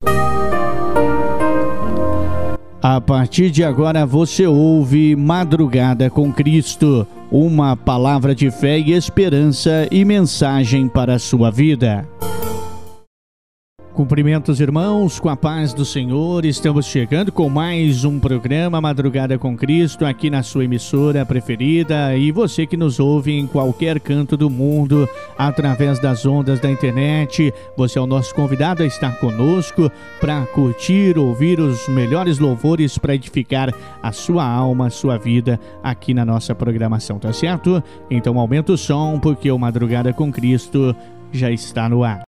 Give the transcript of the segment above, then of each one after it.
A partir de agora você ouve Madrugada com Cristo, uma palavra de fé e esperança e mensagem para a sua vida. Cumprimentos, irmãos, com a paz do Senhor. Estamos chegando com mais um programa Madrugada com Cristo aqui na sua emissora preferida, e você que nos ouve em qualquer canto do mundo através das ondas da internet, você é o nosso convidado a estar conosco para curtir, ouvir os melhores louvores para edificar a sua alma, a sua vida aqui na nossa programação, tá certo? Então aumenta o som, porque o Madrugada com Cristo já está no ar.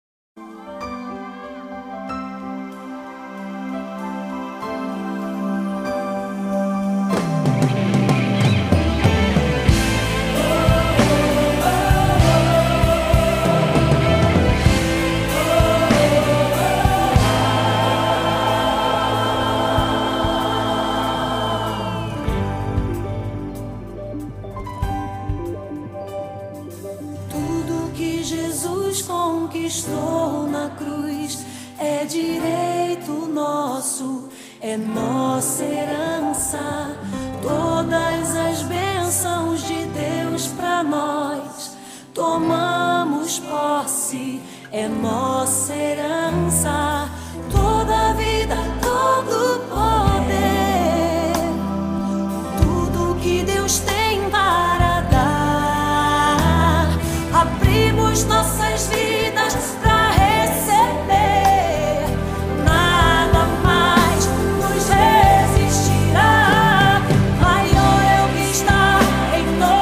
Conquistou na cruz, é direito nosso, é nossa herança. Todas as bênçãos de Deus pra nós, tomamos posse, é nossa herança. Toda vida, todo poder, tudo que Deus tem para dar, abrimos nossas vidas para receber. Nada mais nos resistirá. Maior é o que está em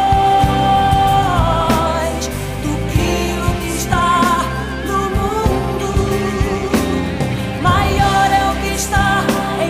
nós do que o que está no mundo. Maior é o que está em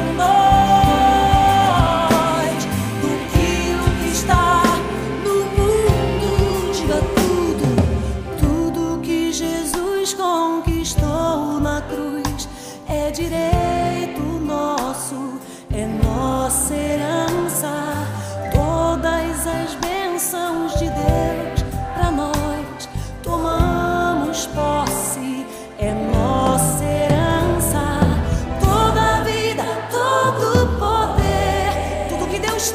nós do que o que está no mundo. Diga tudo que Jesus conquistou na cruz, é direito nosso, é nossa herança. Todas as bênçãos de Deus pra nós, tomamos posse, é nossa herança. Toda vida, todo poder, tudo que Deus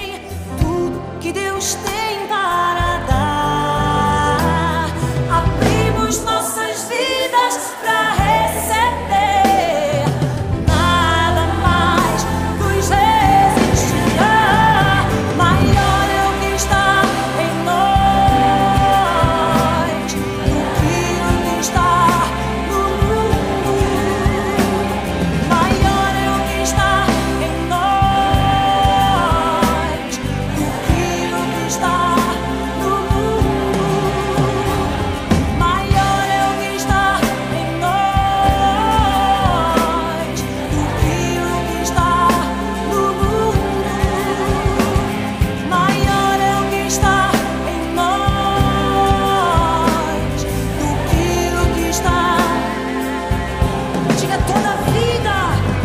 tem para dar, abrimos nossas vidas para receber. Nada mais nos resistirá. Maior é o que está em nós do que o que está no mundo. Maior é o que está em nós do que o que está no mundo. Maior é o que está em nós do que o que está no mundo. Maior é o que está em nós do que o que está. Diga toda a vida,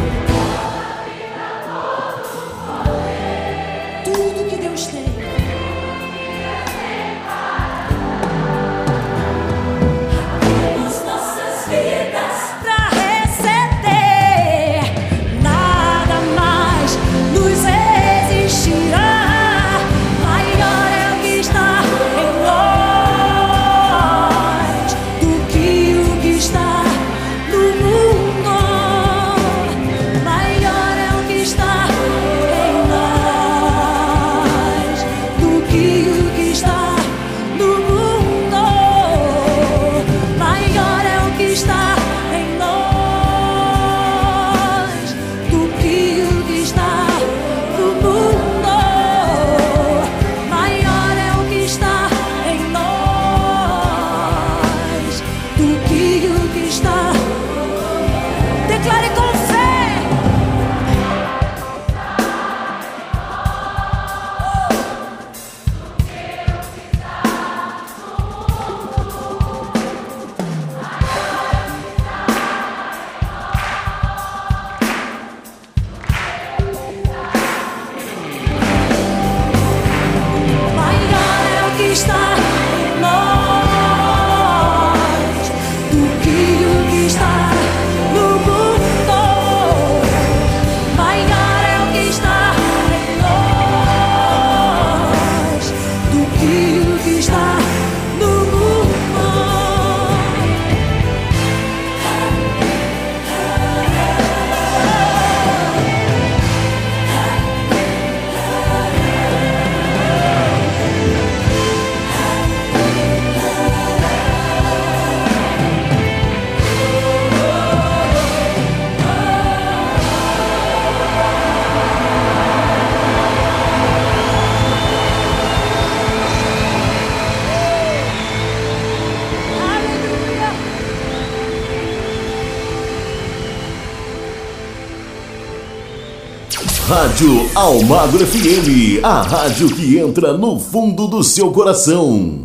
tudo que Deus tem. Abrimos nossas vidas pra receber. Nada mais nos resistirá. Maior é o que está em nós do que o que está no mundo. Rádio Almagro FM, a rádio que entra no fundo do seu coração.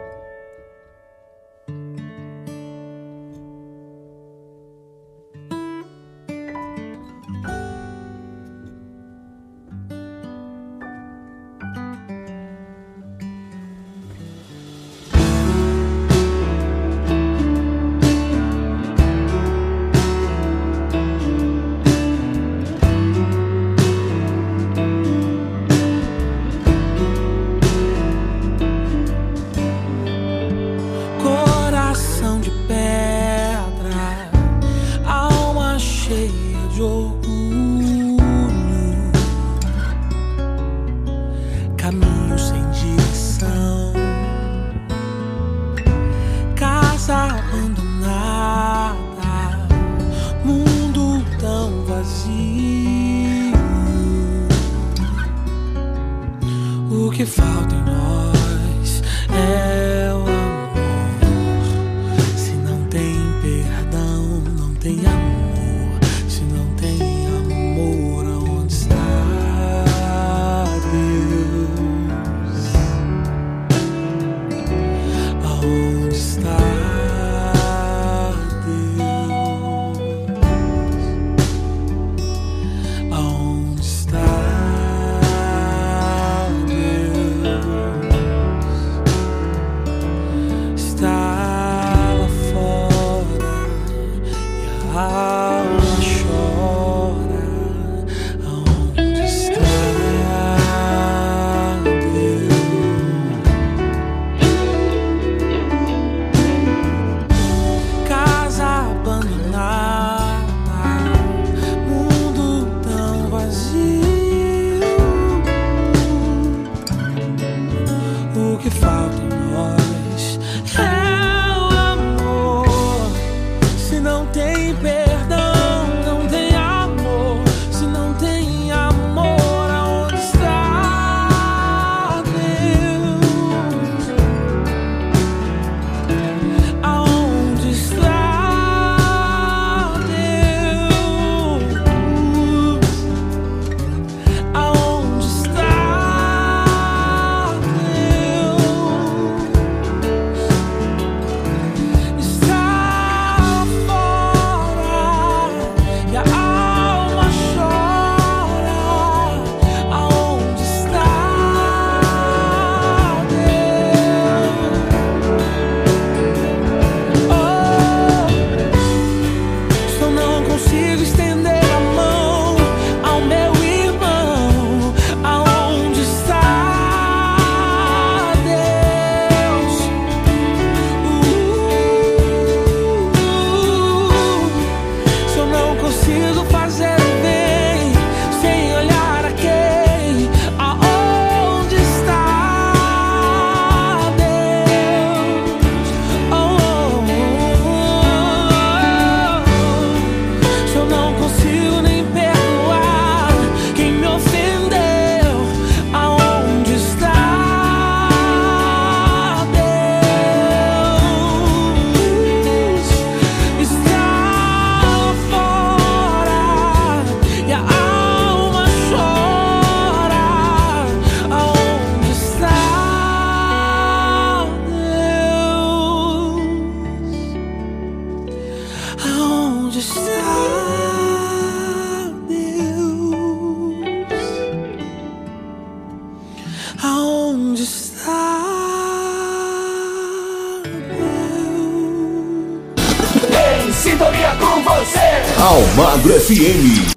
Almagro FM.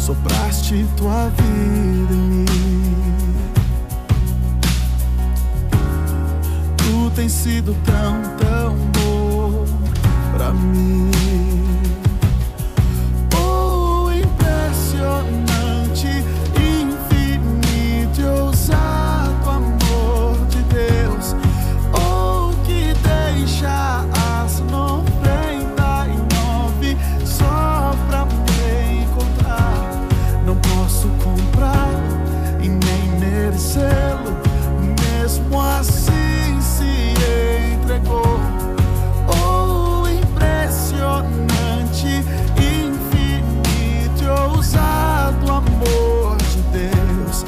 sopraste tua vida em mim. Tu tens sido tão, tão bom pra mim. Oh, impressionante, infinito e ousado amor de Deus. Oh, que deixa as 99 só pra me encontrar. Não posso comprá-lo e nem merecê-lo, mesmo assim se entregou. Oh, impressionante, infinito e ousado amor de Deus.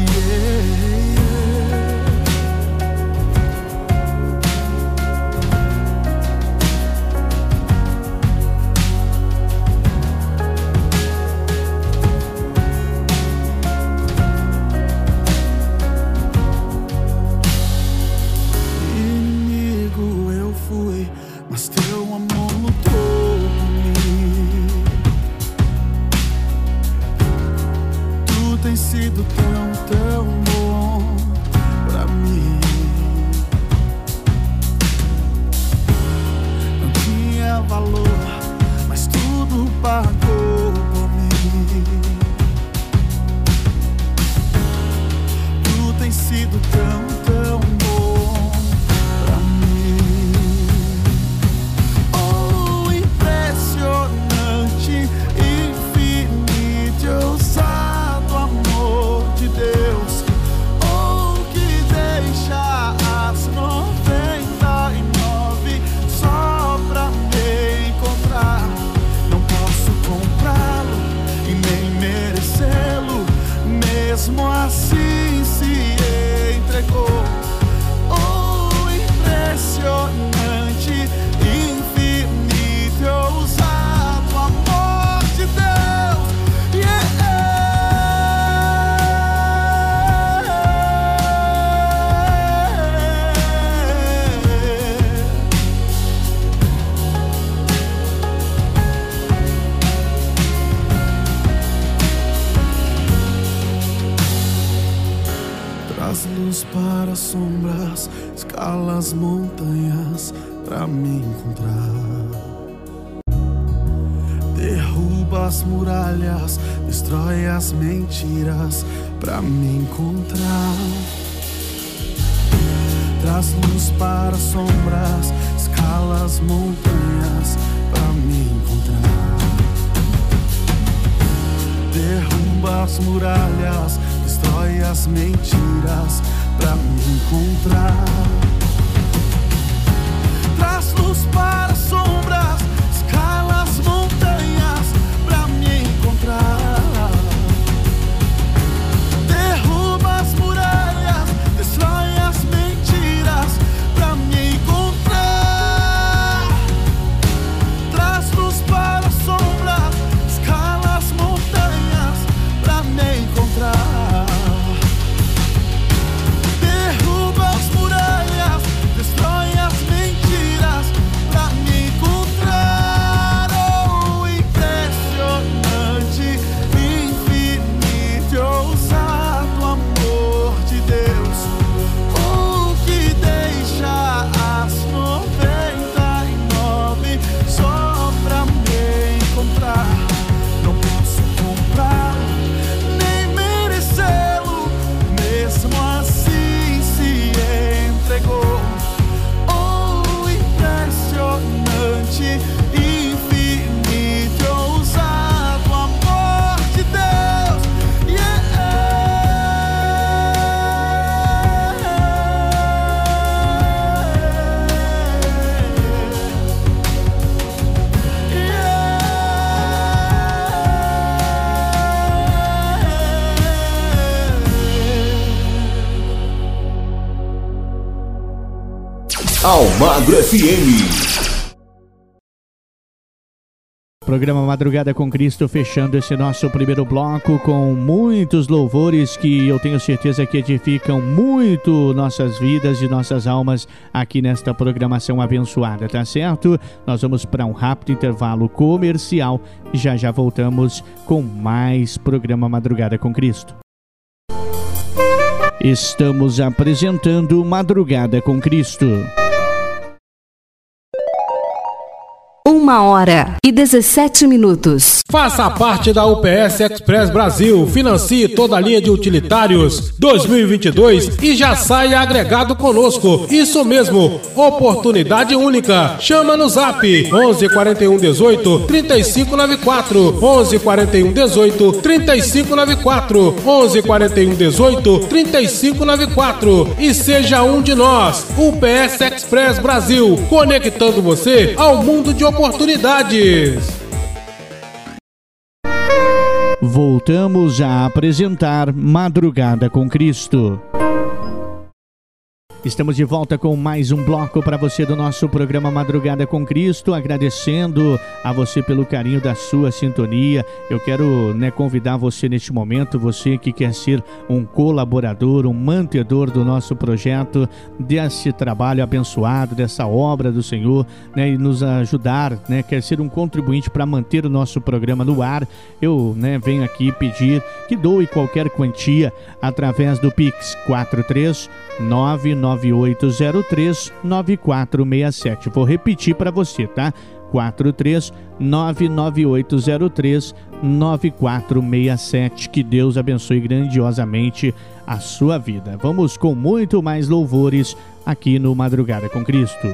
Inimigo eu fui, mas teu amor lutou por mim. Tu tens sido tão, tão bom pra mim. Não tinha valor, mas tudo pagou por mim. Tu tens sido tão, tão bom pra mim. Oh, impressionante, infinito e ousado amor de Deus. Oh, que deixa as 99 só pra me encontrar. Não posso comprá-lo e nem merecê-lo, mesmo assim se entregou. Oh, impressionante, infinito e ousado amor de Deus. Traz luz para as sombras, escala as montanhas pra me encontrar. Derruba as muralhas, destrói as mentiras pra me encontrar. Traz luz para as sombras, escala as montanhas pra me encontrar. Derruba as muralhas, destrói as mentiras pra me encontrar. Traz luz para as sombras, escala as montanhas pra me encontrar. Derruba as muralhas, destrói as mentiras pra me encontrar. Traz luz para as sombras, escala as montanhas pra me encontrar. Derruba as muralhas, destrói as mentiras pra me encontrar. Oh, impressionante, infinito e ousado amor de Deus. Oh, que deixa as 99 só pra me encontrar. Não posso comprá-lo, nem merecê-lo, mesmo assim se entregou. Oh, impressionante, infinito e ousado amor de Deus. Almagro FM. Programa Madrugada com Cristo, fechando esse nosso primeiro bloco com muitos louvores que eu tenho certeza que edificam muito nossas vidas e nossas almas aqui nesta programação abençoada, tá certo? Nós vamos para um rápido intervalo comercial e já voltamos com mais programa Madrugada com Cristo. Estamos apresentando Madrugada com Cristo. 1h17. Faça parte da UPS Express Brasil, financie toda a linha de utilitários 2022 e já saia agregado conosco. Isso mesmo, oportunidade única. Chama no Zap 11 41 18 35 94, 11 41 18 35 94, 11 41 18 35 94 e seja um de nós. UPS Express Brasil, conectando você ao mundo de oportunidades. Voltamos a apresentar Madrugada com Cristo. Estamos de volta com mais um bloco para você do nosso programa Madrugada com Cristo, agradecendo a você pelo carinho da sua sintonia. Eu quero convidar você neste momento, você que quer ser um colaborador, um mantedor do nosso projeto, desse trabalho abençoado, dessa obra do Senhor, e nos ajudar, quer ser um contribuinte para manter o nosso programa no ar. Eu venho aqui pedir que doe qualquer quantia através do Pix 43998039467. Vou repetir para você, tá? 43998039467. Que Deus abençoe grandiosamente a sua vida. Vamos com muito mais louvores aqui no Madrugada com Cristo.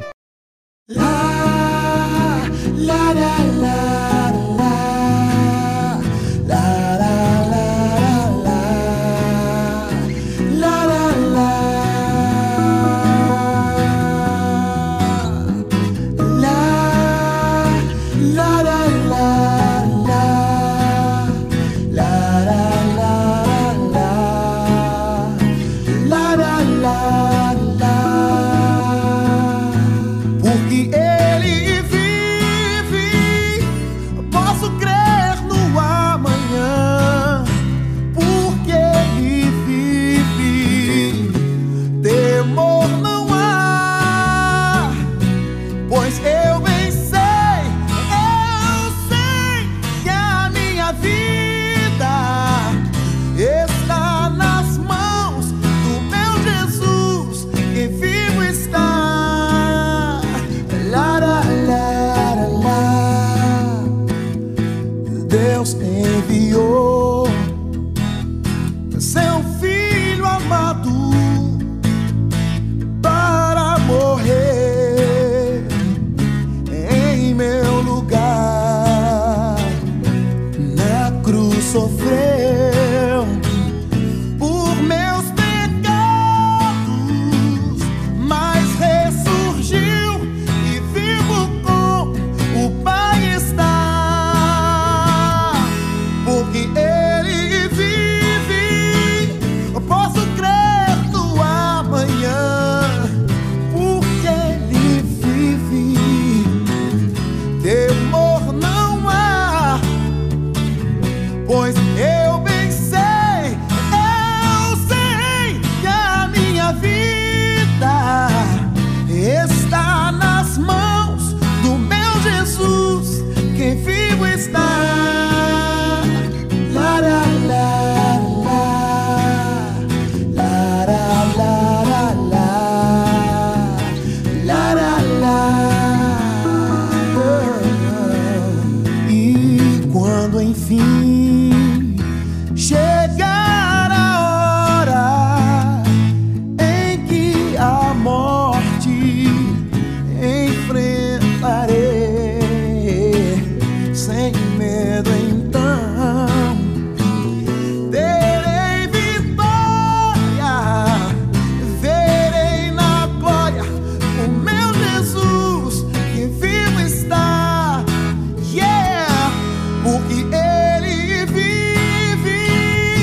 Porque ele vive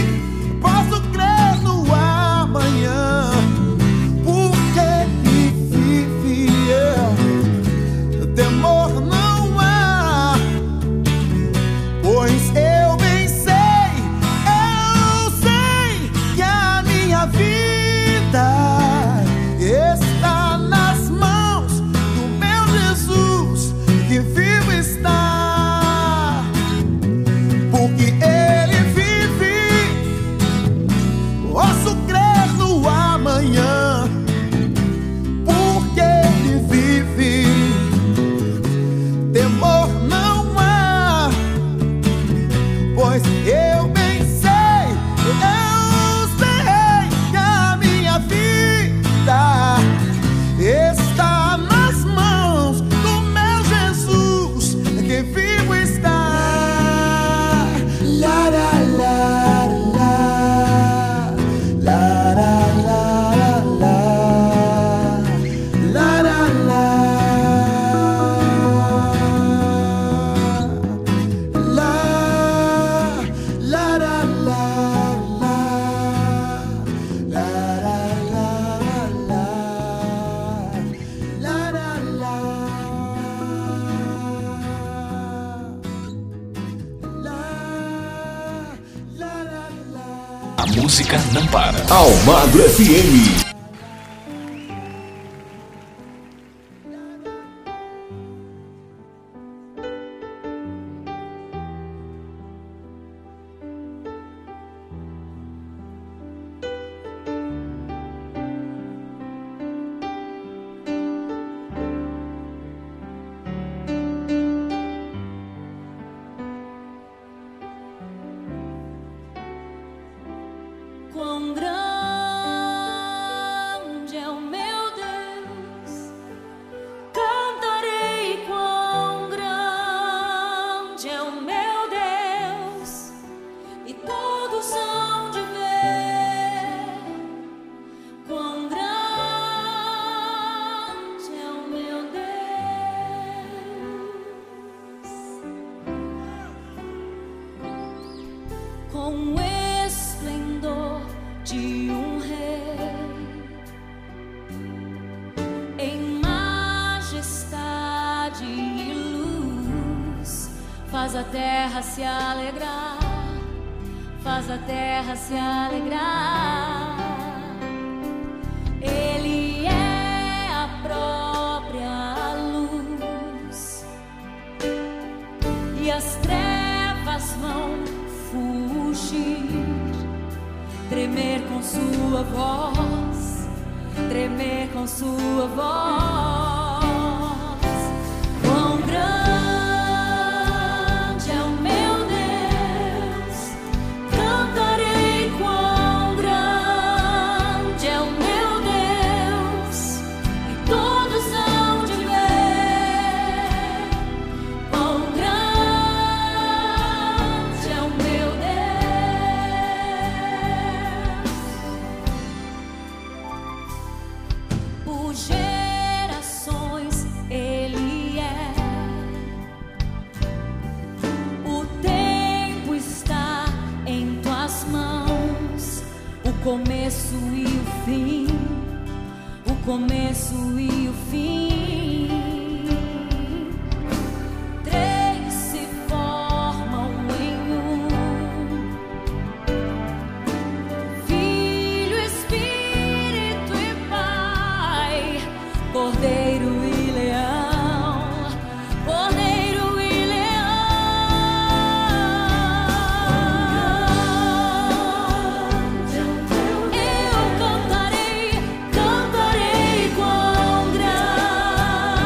porque ele vive. Posso crer no amanhã, porque ele vive. Temor não há, pois eu bem sei, eu sei que a minha vida está nas mãos do meu Jesus, que vivo está. La la la la, la la la la, la la la, la la la A música não para. Almagro FM. Quão grande é o meu Deus, cantarei quão grande é o meu Deus, e todos hão de ver quão grande é o meu Deus. Com esplendor de um rei, em majestade e luz, faz a terra se alegrar, faz a terra se alegrar. Ele é a própria luz, e as trevas vão fugir, tremer com sua voz, tremer com sua voz. Quão grande é o meu Deus, cantarei quão grande é o meu Deus, e todos hão de ver quão grande é o meu Deus. Por gerações ele é, o tempo está em tuas mãos, o começo e o fim, o começo e o fim. Três se formam em um, Filho, Espírito e Pai, Cordeiro e Leão, Cordeiro e Leão. Eu cantarei, cantarei quão grande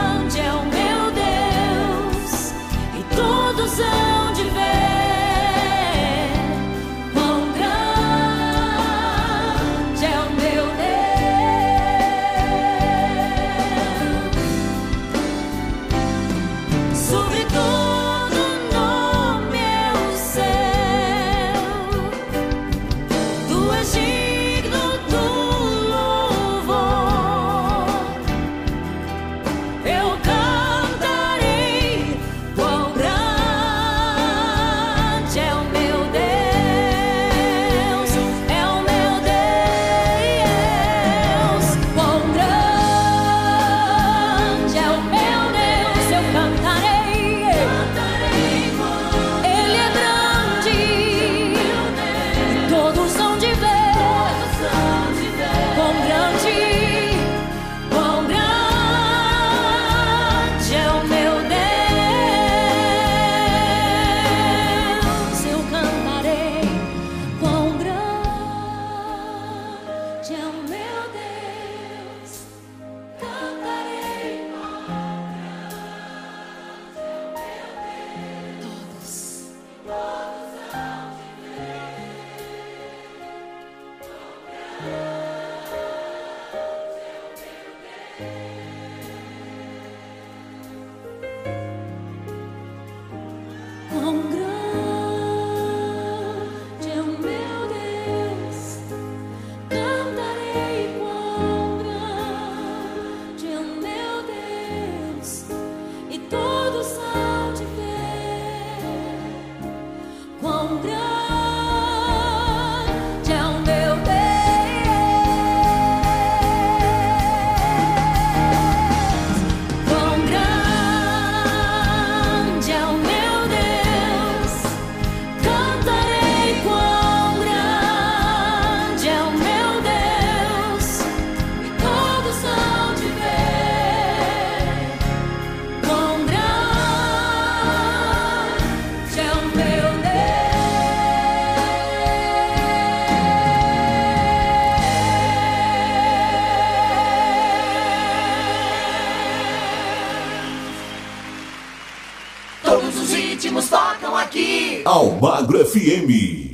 Almagro FM.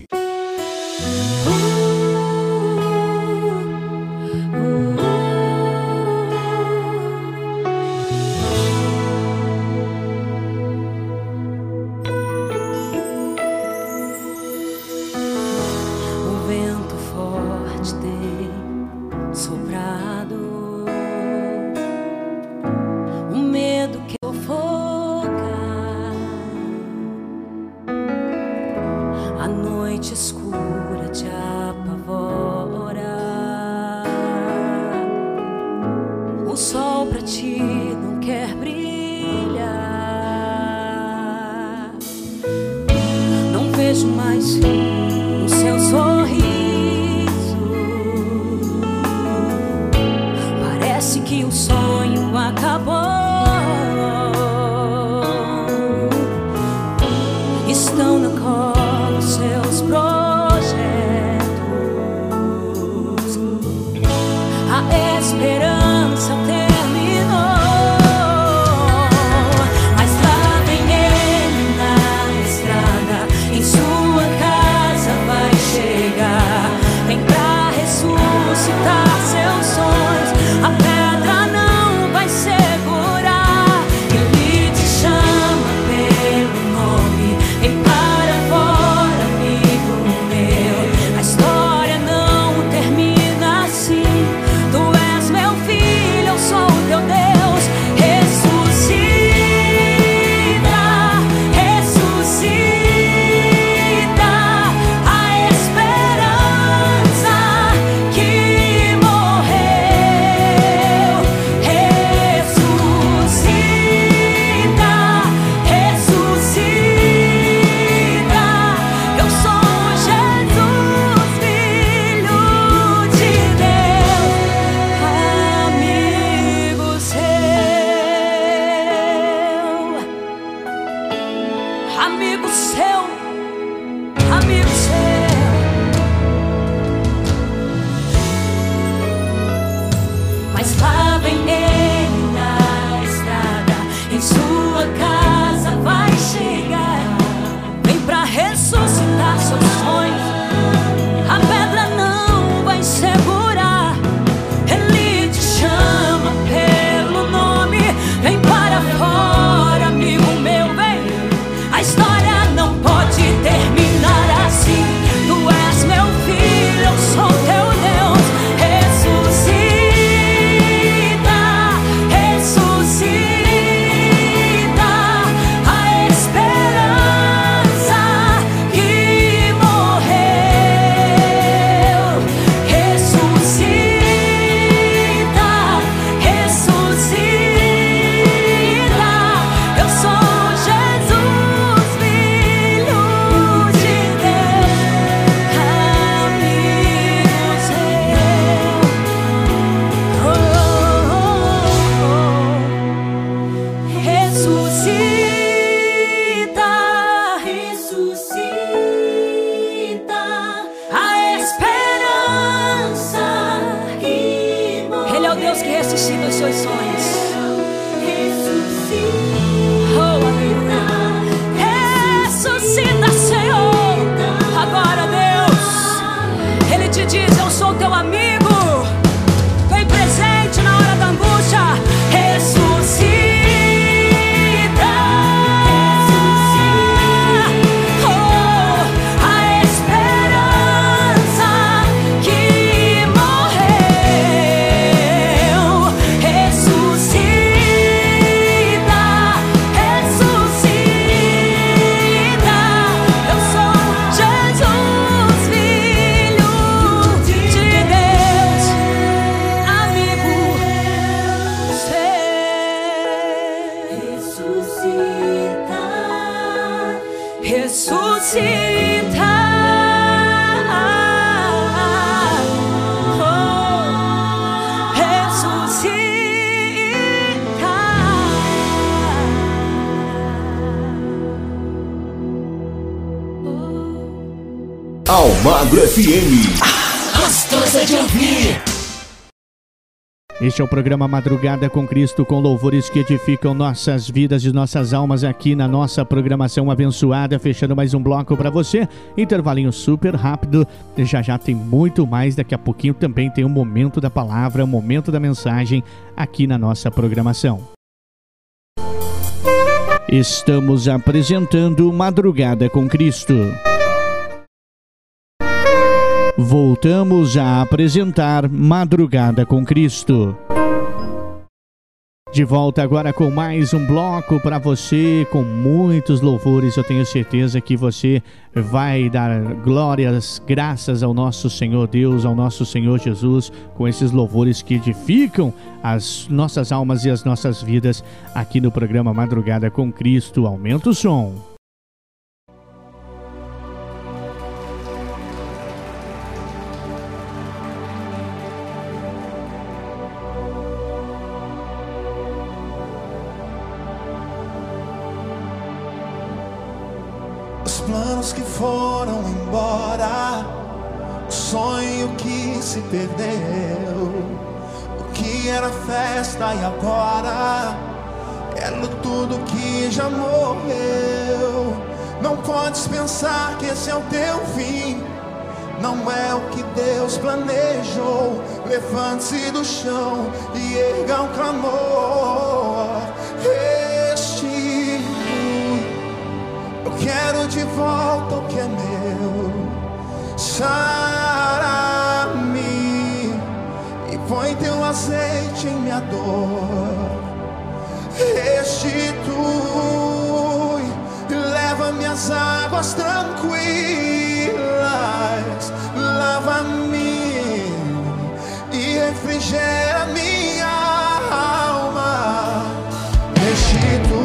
O vento forte tem soprado, o medo que sufoca, a noite escura te apavora, o sol pra ti não quer brilhar, não vejo mais fim no seu sorriso, parece que o sonho acabou. Estão na cola seus projetos, a esperança terminou, mas lá vem ele na estrada, em sua casa vai chegar, vem pra ressuscitar seus sonhos, a pedra não vai segurar, ele te chama pelo nome, vem para fora, amigo meu, a história não termina assim, tu és meu filho, eu sou teu Deus, ressuscita, ressuscita, a esperança que morreu, ressuscita, ressuscita, eu sou Jesus, filho de Deus, amigo seu, amigo seu. Mas lá vem ele na estrada, em sua casa vai chegar, vem pra ressuscitar seus sonhos, a pedra não vai segurar, ele te chama pelo nome, vem para fora, amigo meu, vem, a história não pode terminar assim, tu és meu filho, eu sou teu Deus, ressuscita, ressuscita, a esperança que morreu, ressuscita, ressuscita, eu sou Jesus, filho de Deus, amigo seu. Ressuscita, ressuscita, a esperança que morreu. Ele é o Deus que ressuscita os seus sonhos. Oh, aleluia. Ressuscita, Senhor. Agora, Deus, Ele te diz: eu sou teu amigo. Vem presente na hora da angústia. Ressuscita. Oh, a esperança que morreu. Ressuscita. Almagro FM. Gostosa de ouvir. Este é o programa Madrugada com Cristo, com louvores que edificam nossas vidas e nossas almas aqui na nossa programação abençoada. Fechando mais um bloco para você, intervalinho super rápido, já tem muito mais, daqui a pouquinho também tem o momento da palavra, o momento da mensagem aqui na nossa programação. Estamos apresentando Madrugada com Cristo. Voltamos a apresentar Madrugada com Cristo. De volta agora com mais um bloco para você, com muitos louvores. Eu tenho certeza que você vai dar glórias, graças ao nosso Senhor Deus, ao nosso Senhor Jesus, com esses louvores que edificam as nossas almas e as nossas vidas aqui no programa Madrugada com Cristo. Aumenta o som. Planos que foram embora, o sonho que se perdeu, o que era festa e agora é tudo que já morreu. Não podes pensar que esse é o teu fim, não é o que Deus planejou. Levante-se do chão e erga um clamor. Quero de volta o que é meu. Sara-me e põe teu azeite em minha dor. Restitui, leva-me às águas tranquilas. Lava-me e refrigera minha alma. Restitui.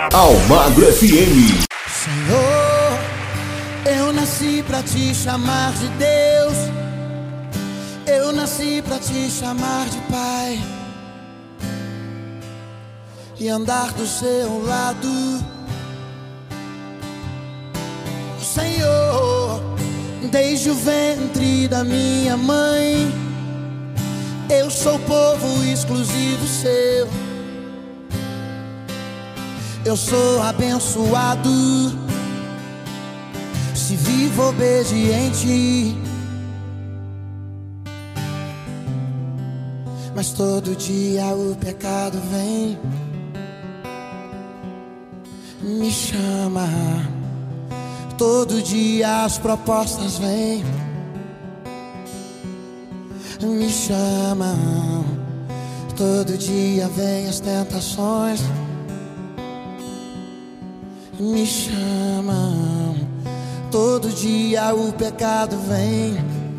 Almagro FM. Senhor, eu nasci pra te chamar de Deus. Eu nasci pra te chamar de Pai e andar do seu lado. Senhor, desde o ventre da minha mãe, eu sou povo exclusivo seu. Eu sou abençoado se vivo obediente. Mas todo dia o pecado vem, me chama. Todo dia as propostas vêm, me chamam. Todo dia vem as tentações, me chamam. Todo dia o pecado vem,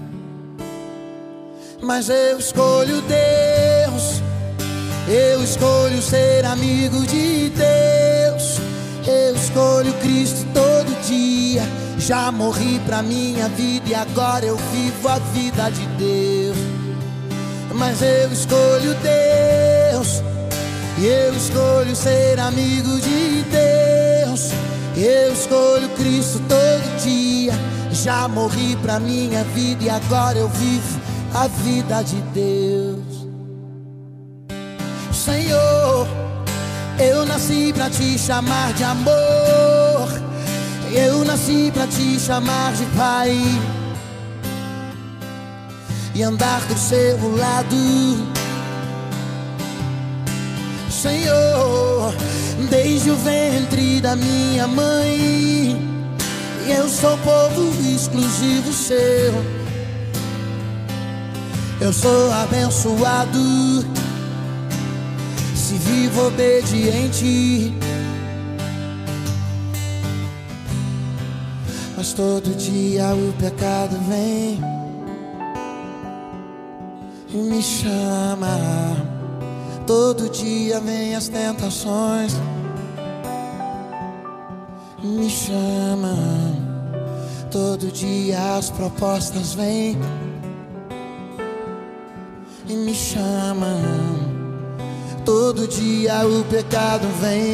mas eu escolho Deus. Eu escolho ser amigo de Deus. Eu escolho Cristo todo dia. Já morri pra minha vida e agora eu vivo a vida de Deus. Mas eu escolho Deus. Eu escolho ser amigo de Deus. Eu escolho Cristo todo dia. Já morri pra minha vida e agora eu vivo a vida de Deus. Senhor, eu nasci pra te chamar de amor. Eu nasci pra te chamar de Pai e andar do seu lado. Senhor, desde o ventre da minha mãe, eu sou povo exclusivo seu. Eu sou abençoado se vivo obediente. Mas todo dia o pecado vem e me chama. Todo dia vem as tentações, me chama. Todo dia as propostas vêm e me chamam. Todo dia o pecado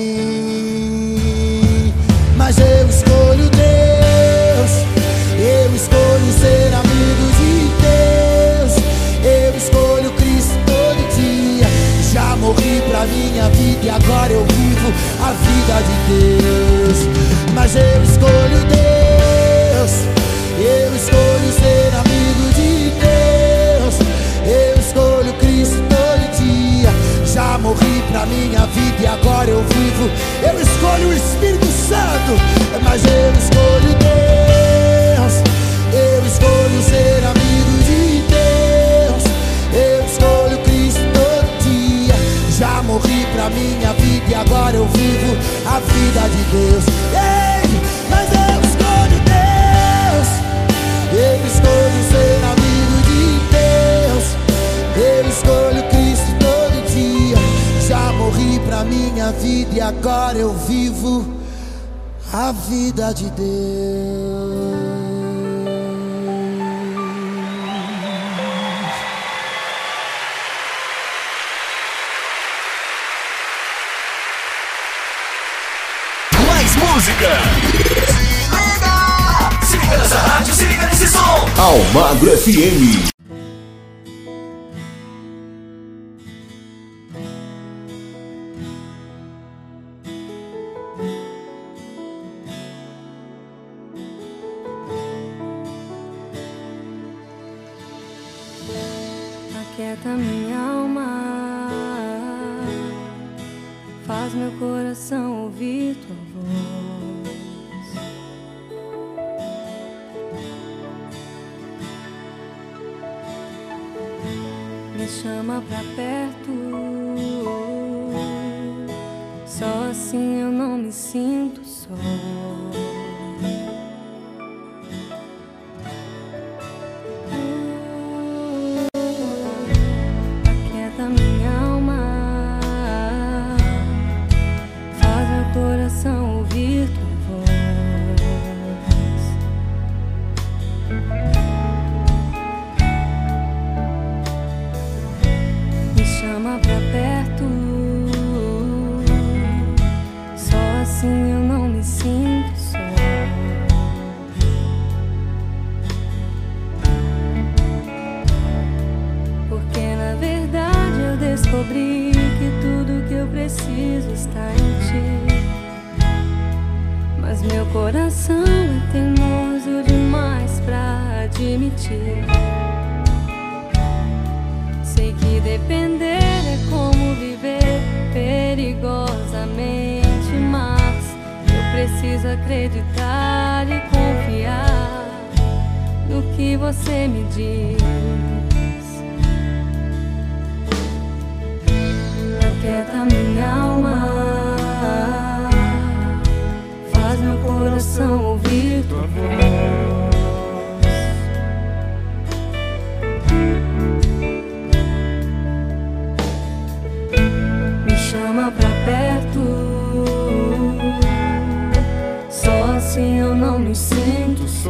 vem, mas eu escolho Deus. Eu escolho ser amigo de Deus. Eu escolho Cristo todo dia. Já morri pra minha vida e agora eu vivo a vida de Deus. Mas eu escolho Deus. Eu escolho ser amigo de Deus. Eu escolho Cristo todo dia. Já morri pra minha vida e agora eu vivo. Eu escolho o Espírito Santo. Mas eu escolho Deus. Eu escolho ser amigo de Deus. Eu escolho Cristo todo dia. Já morri pra minha vida e agora eu vivo a vida de Deus. Ei, mas eu escolho Deus. Eu escolho ser amigo de Deus. Eu escolho Cristo todo dia. Já morri pra minha vida e agora eu vivo a vida de Deus. Mais música. Se liga nessa rádio, se liga nesse som. Almagro FM. Aquieta minha alma, faz meu coração ouvir tua voz. Me chama pra perto, só assim eu não me sinto só. Aquieta minha alma, faz meu coração Mas meu coração é teimoso demais pra admitir. Sei que depender é como viver perigosamente, mas eu preciso acreditar e confiar no que você me diz. Aquieta minha alma, faz meu coração ouvir tua voz. Me chama pra perto, só assim eu não me sinto só.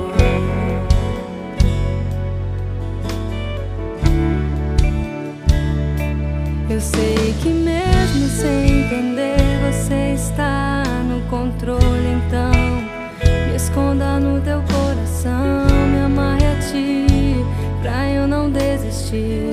Eu sei que mesmo sem entender você está no controle, então me esconda no teu coração, me amarre a ti pra eu não desistir.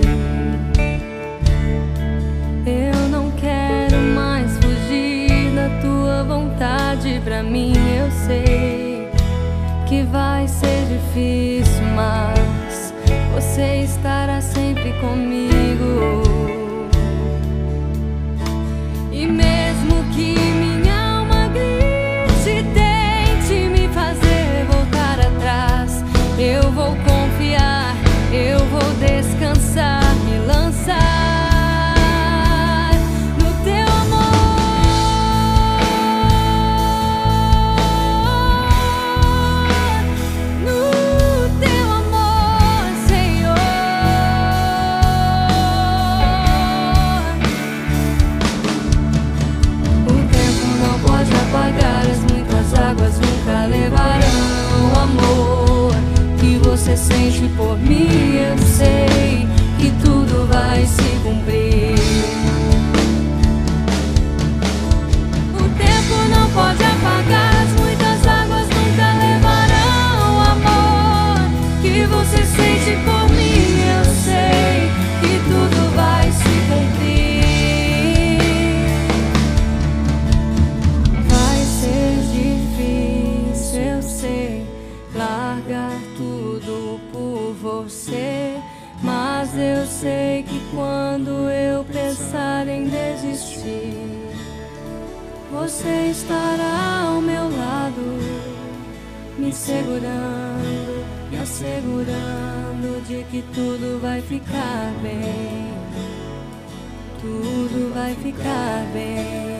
Eu não quero mais fugir da tua vontade pra mim. Eu sei que vai ser difícil, mas você estará sempre comigo. E mesmo que minha alma grite e tente me fazer voltar atrás, eu vou confiar, eu vou descansar, me lançar no teu amor, no teu amor, Senhor. Apagar as muitas águas nunca levarão o amor que você sente por mim. Eu sei que tudo vai se cumprir. O tempo não pode apagar as muitas águas nunca levarão o amor que você sente por mim. Eu sei que tudo vai se cumprir. Largar tudo por você, mas eu sei que quando eu pensar em desistir, você estará ao meu lado, me segurando, me assegurando de que tudo vai ficar bem, tudo vai ficar bem.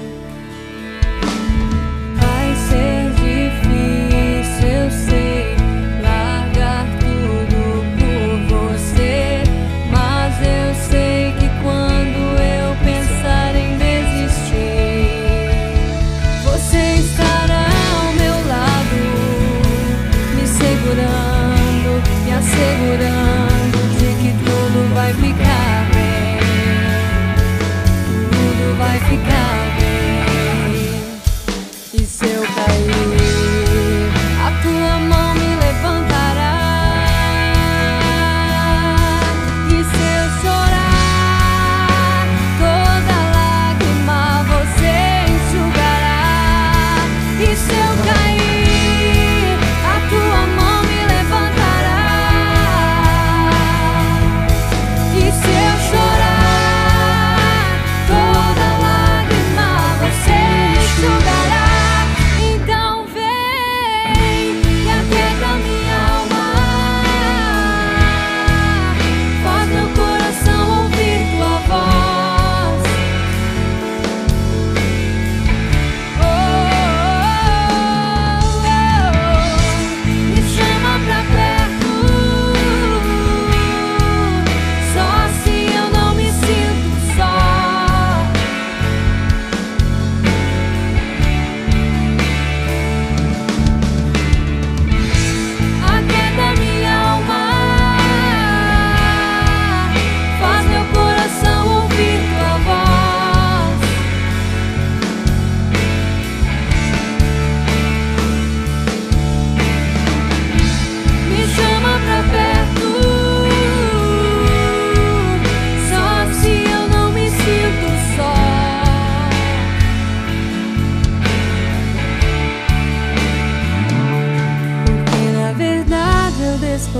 Vai ser difícil, eu sei, largar tudo por você, mas eu sei que quando eu pensar em desistir, você estará ao meu lado, me segurando, me assegurando de que tudo vai ficar bem, tudo vai ficar bem. E se eu cair, a tua mão me levantará. E se eu chorar, toda lágrima você enxugará. E se eu cair, a tua mão me levantará. E se eu chorar, toda lágrima você enxugará. Então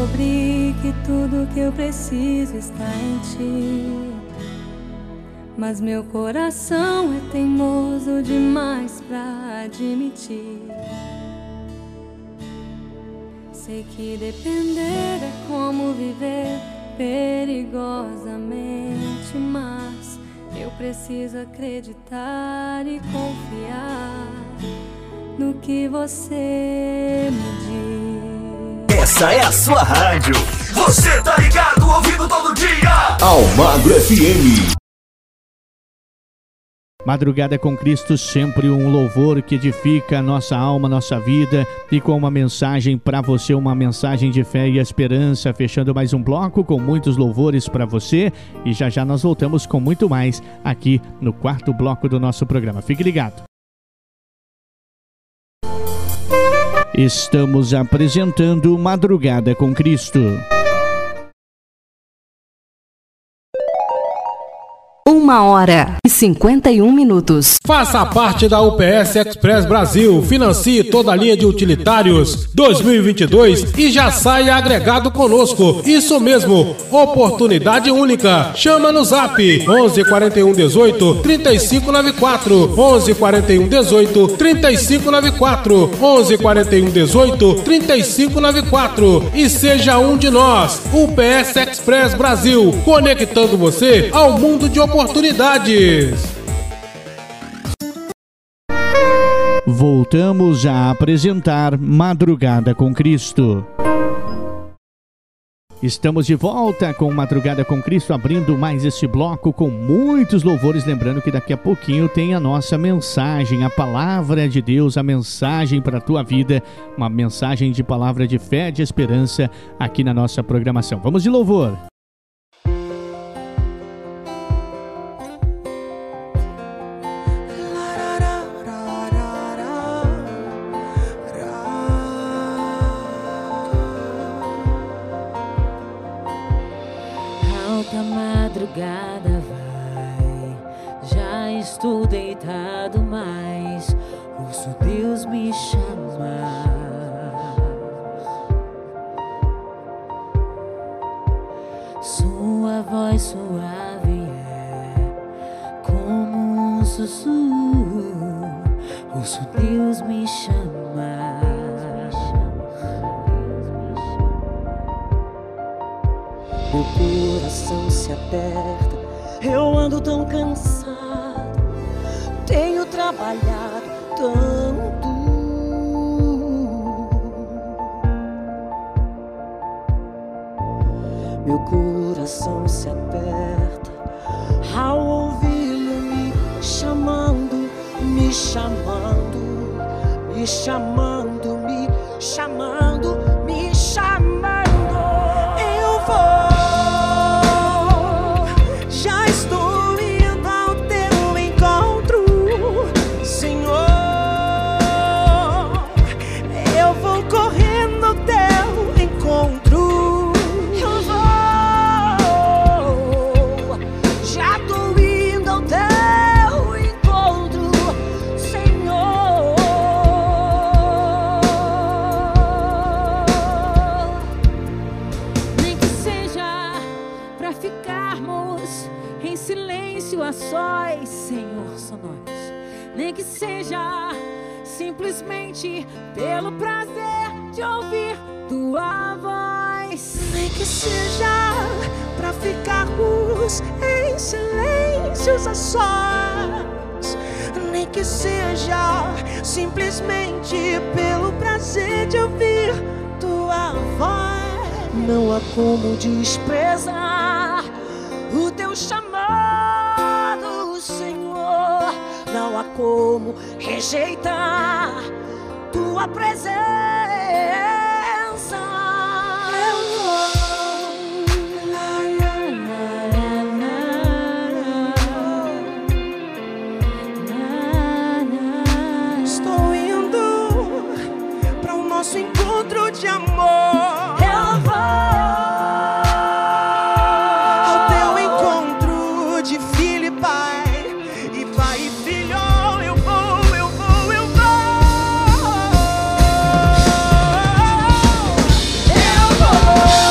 descobri que tudo que eu preciso está em ti. Mas meu coração é teimoso demais pra admitir. Sei que depender é como viver perigosamente, mas eu preciso acreditar e confiar no que você me diz. Essa é a sua rádio. Você tá ligado, ouvindo todo dia. Almagro FM. Madrugada com Cristo, sempre um louvor que edifica a nossa alma, nossa vida, e com uma mensagem para você, uma mensagem de fé e esperança, fechando mais um bloco com muitos louvores para você, e já já nós voltamos com muito mais aqui no quarto bloco do nosso programa. Fique ligado. Estamos apresentando Madrugada com Cristo. 1h51. Faça parte da UPS Express Brasil, financie toda a linha de utilitários 2022 e já saia agregado conosco. Isso mesmo, oportunidade única. Chama no Zap 11 41 18 35 94, 11 41 18 35 94, 11 41 18 35 94 e seja um de nós. UPS Express Brasil, conectando você ao mundo de oportunidades. Voltamos a apresentar Madrugada com Cristo. Estamos de volta com Madrugada com Cristo, abrindo mais esse bloco com muitos louvores. Lembrando que daqui a pouquinho tem a nossa mensagem, a palavra de Deus, a mensagem para a tua vida, uma mensagem de palavra de fé, de esperança aqui na nossa programação. Vamos de louvor. Madrugada vai, já estou deitado, mas ouço Deus me chamar. Sua voz suave é como um sussurro, ouço Deus me chamar. Meu coração se aperta, eu ando tão cansado, tenho trabalhado tanto. Meu coração se aperta ao ouvi-lo me chamando, me chamando, me chamando, me chamando, me chamando. Eu vou. Nem que seja simplesmente pelo prazer de ouvir tua voz. Nem que seja pra ficarmos em silêncios a sós. Nem que seja simplesmente pelo prazer de ouvir tua voz. Não há como desprezar o teu chamado, Senhor. Não há como rejeitar tua presença. Estou indo para o nosso encontro de amor. Eu vou ao teu encontro de filho e pai. Oh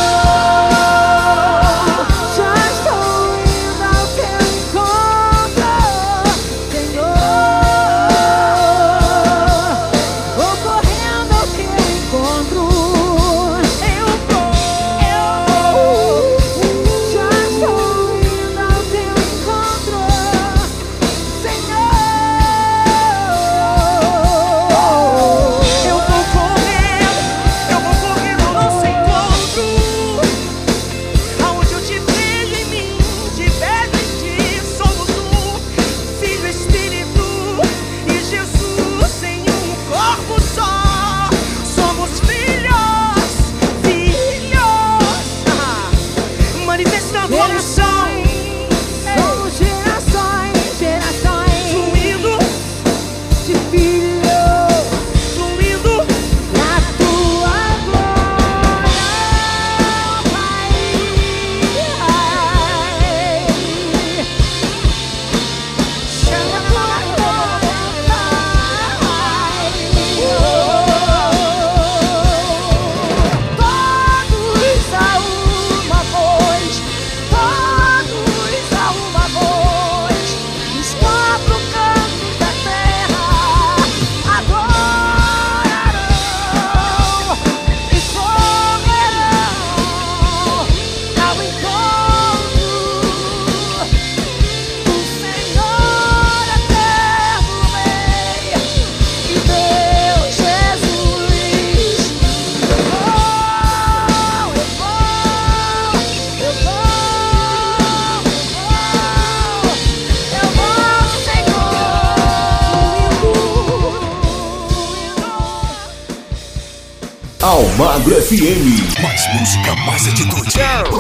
Almagro FM. Mais música, mais atitude.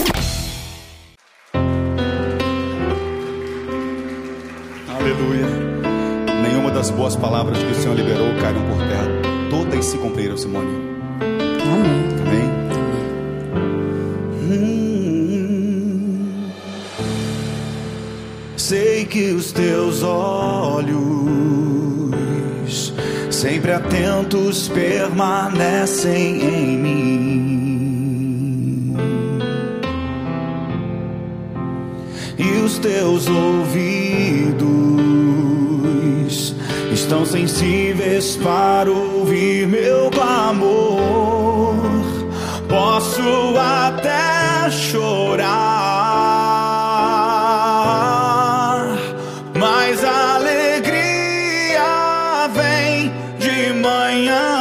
Aleluia. Nenhuma das boas palavras que o Senhor liberou caíram por terra. Todas se cumpriram, Simone. Amém. Amém. Sei que os teus olhos, sempre atentos, permanecem em mim, e os teus ouvidos estão sensíveis para ouvir meu clamor. Posso até chorar, mas a alegria vem de manhã.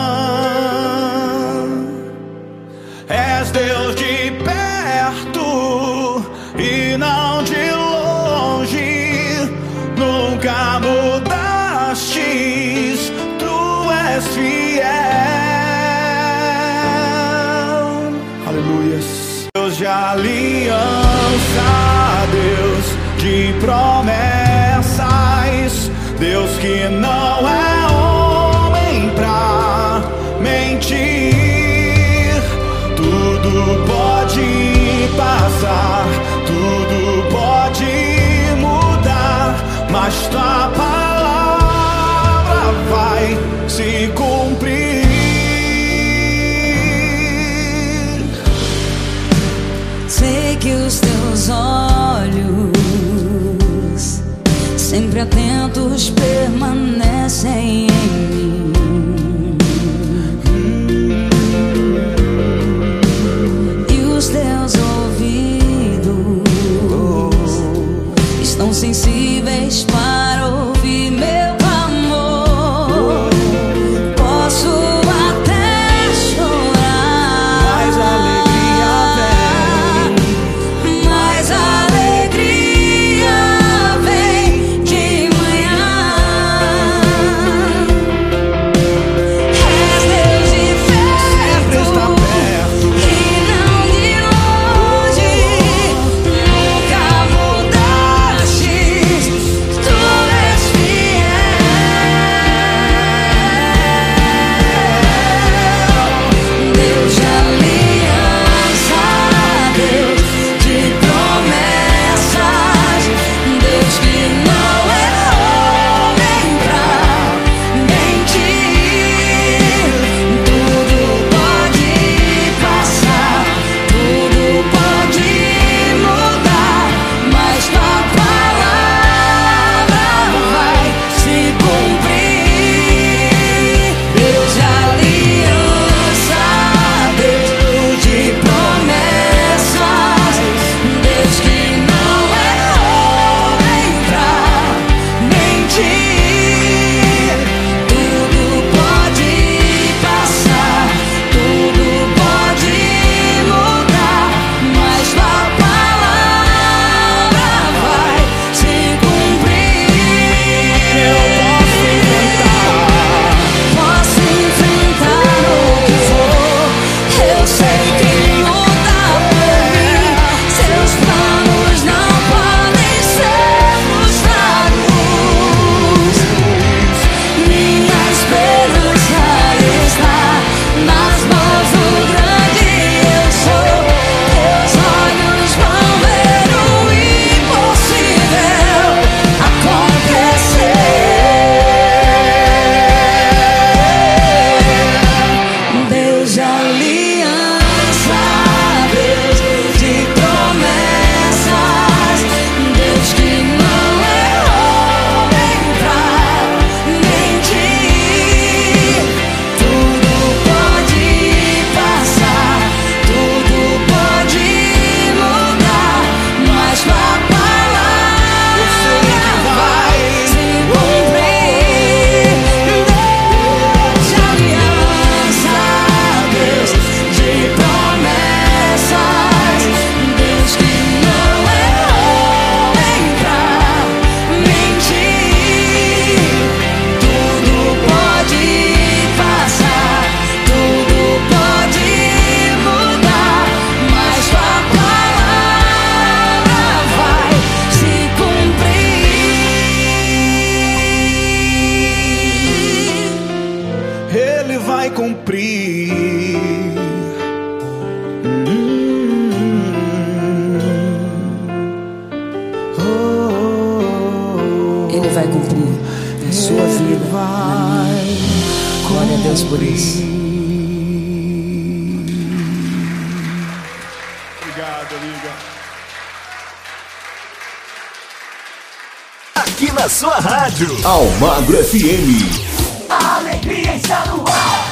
És Deus de perto e não de longe, nunca mudastes, tu és fiel. Aleluia. Deus de aliança, Deus de promessas, Deus que não é homem pra mentir. Tudo pode passar, tudo pode mudar, mas tua palavra vai se cumprir. Sei que os teus olhos, sempre atentos, permanecem em mim, e os teus ouvidos estão sensíveis para ouvir meu clamor. Posso até chorar, mas a alegria vem de manhã. vai cumprir. Ele vai cumprir a sua vida. Glória a Deus por isso. Obrigado, amiga. Aqui na sua rádio, Almagro FM. A alegria está no ar.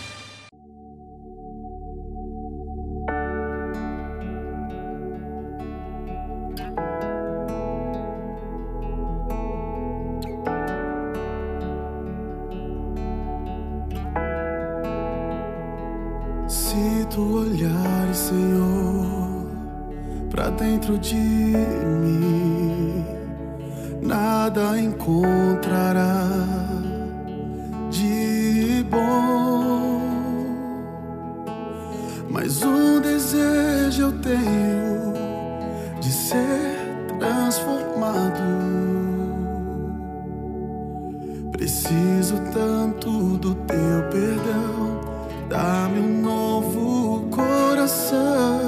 Se tu olhares, Senhor, pra dentro de mim, nada encontrará de bom, mas um desejo eu tenho de ser transformado. Preciso tanto do teu perdão, dá-me um novo coração,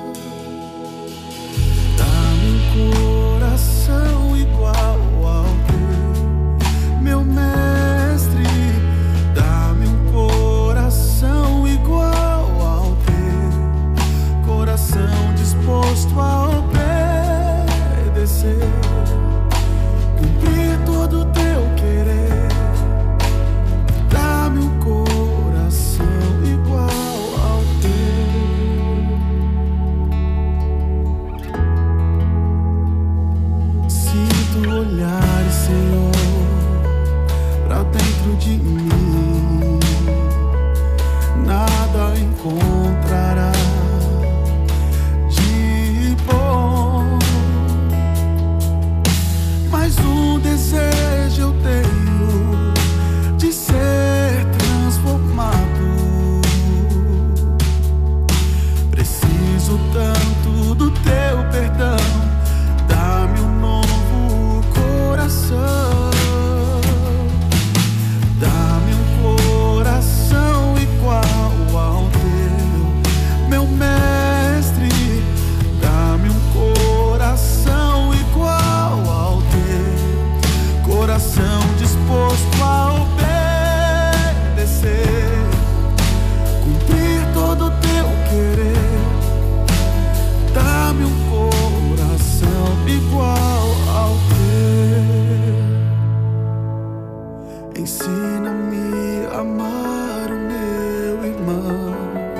dá-me um coração igual ao teu, meu mestre. Dá-me um coração igual ao teu, coração disposto a obedecer, cumprir todo o teu querer. Dá-me um coração igual ao teu. Se tu olhares, Senhor, pra dentro de mim, nada encontrará de bom, mas um desejo eu tenho de ser transformado. Preciso tanto do teu perdão, dá-me um novo coração, dá-me um coração igual ao teu, meu mestre. Dá-me um coração igual ao teu, coração disposto a obedecer, cumprir todo o teu querer. Dá-me um coração igual ao teu. Ensina-me a amar o meu irmão,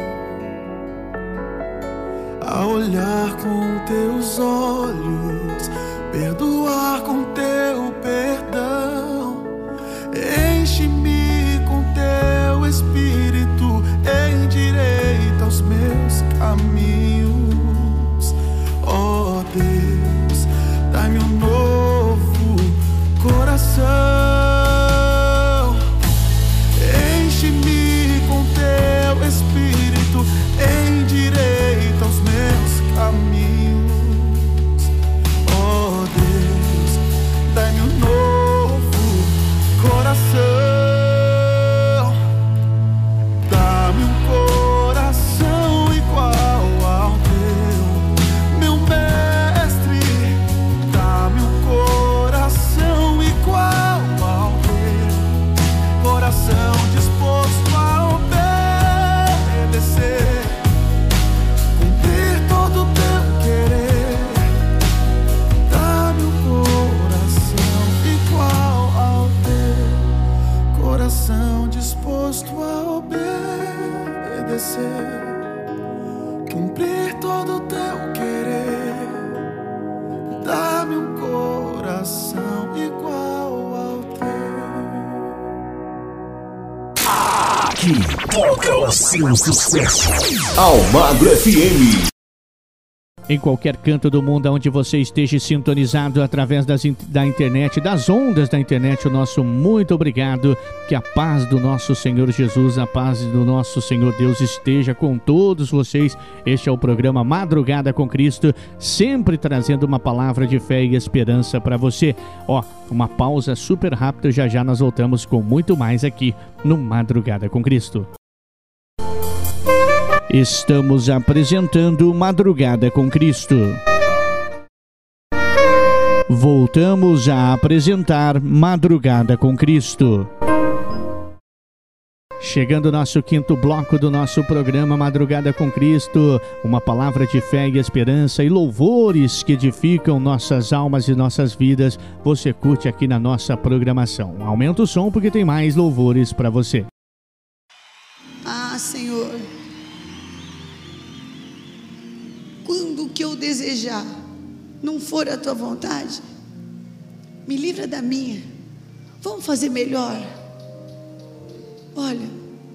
a olhar com teus olhos, perdoar com teu perdão. Enche-me com teu espírito, endireita os meus caminhos. Ó Deus, dá-me um novo coração. Enche-me com teu espírito, endireita os meus caminhos. Ó Deus, dá-me um novo coração. Dá-me um coração igual ao teu, meu mestre. Dá-me um coração igual ao teu, coração disposto a obedecer, cumprir todo o teu querer. Dá-me um coração igual ao teu, coração disposto a obedecer, cumprir todo o teu querer. Dá-me um coração igual ao teu. Aqui toca o seu sucesso. Almagro FM. em qualquer canto do mundo onde você esteja sintonizado através da internet, das ondas da internet, o nosso muito obrigado. Que a paz do nosso Senhor Jesus, a paz do nosso Senhor Deus esteja com todos vocês. Este é o programa Madrugada com Cristo, sempre trazendo uma palavra de fé e esperança para você. Uma pausa super rápida, já já nós voltamos com muito mais aqui no Madrugada com Cristo. Estamos apresentando Madrugada com Cristo. Voltamos a apresentar Madrugada com Cristo. Chegando o nosso quinto bloco do nosso programa Madrugada com Cristo, uma palavra de fé e esperança e louvores que edificam nossas almas e nossas vidas. Você curte aqui na nossa programação. Aumenta o som porque tem mais louvores para você. Senhor, quando o que eu desejar não for a tua vontade, me livra da minha. Vamos fazer melhor. Olha,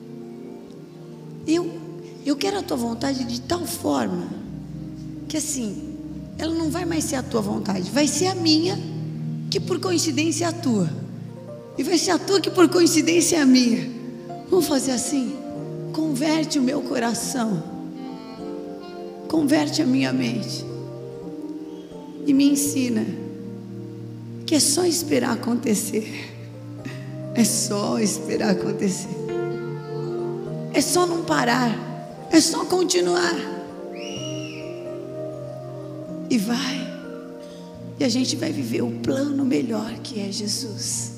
eu quero a tua vontade de tal forma que assim, ela não vai mais ser a tua vontade, vai ser a minha, que por coincidência é a tua, e vai ser a tua que por coincidência é a minha. Vamos fazer assim? Converte o meu coração, converte a minha mente e me ensina que é só esperar acontecer. É só esperar acontecer. É só não parar. É só continuar. E vai. E a gente vai viver o plano melhor que é Jesus.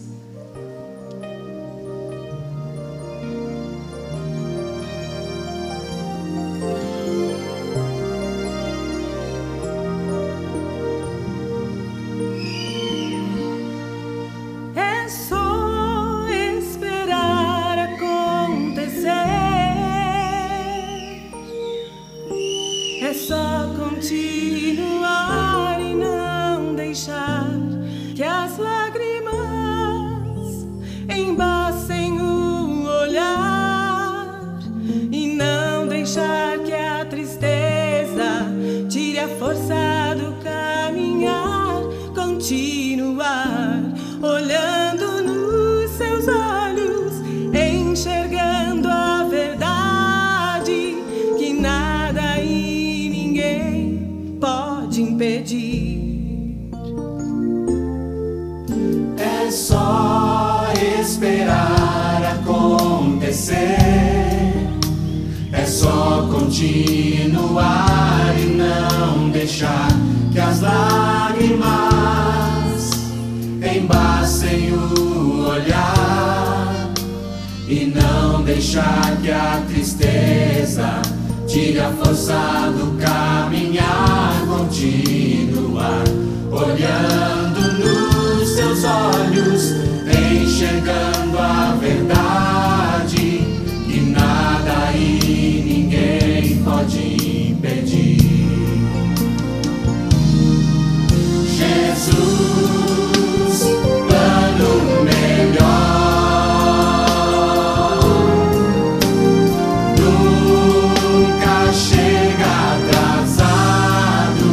É só esperar acontecer. É só continuar e não deixar que as lágrimas embaçem o olhar, e não deixar que a tristeza tire a força do caminhar. Continuar olhando nos seus olhos, enxergando a verdade, que nada e ninguém pode impedir. Jesus, plano melhor, nunca chega atrasado.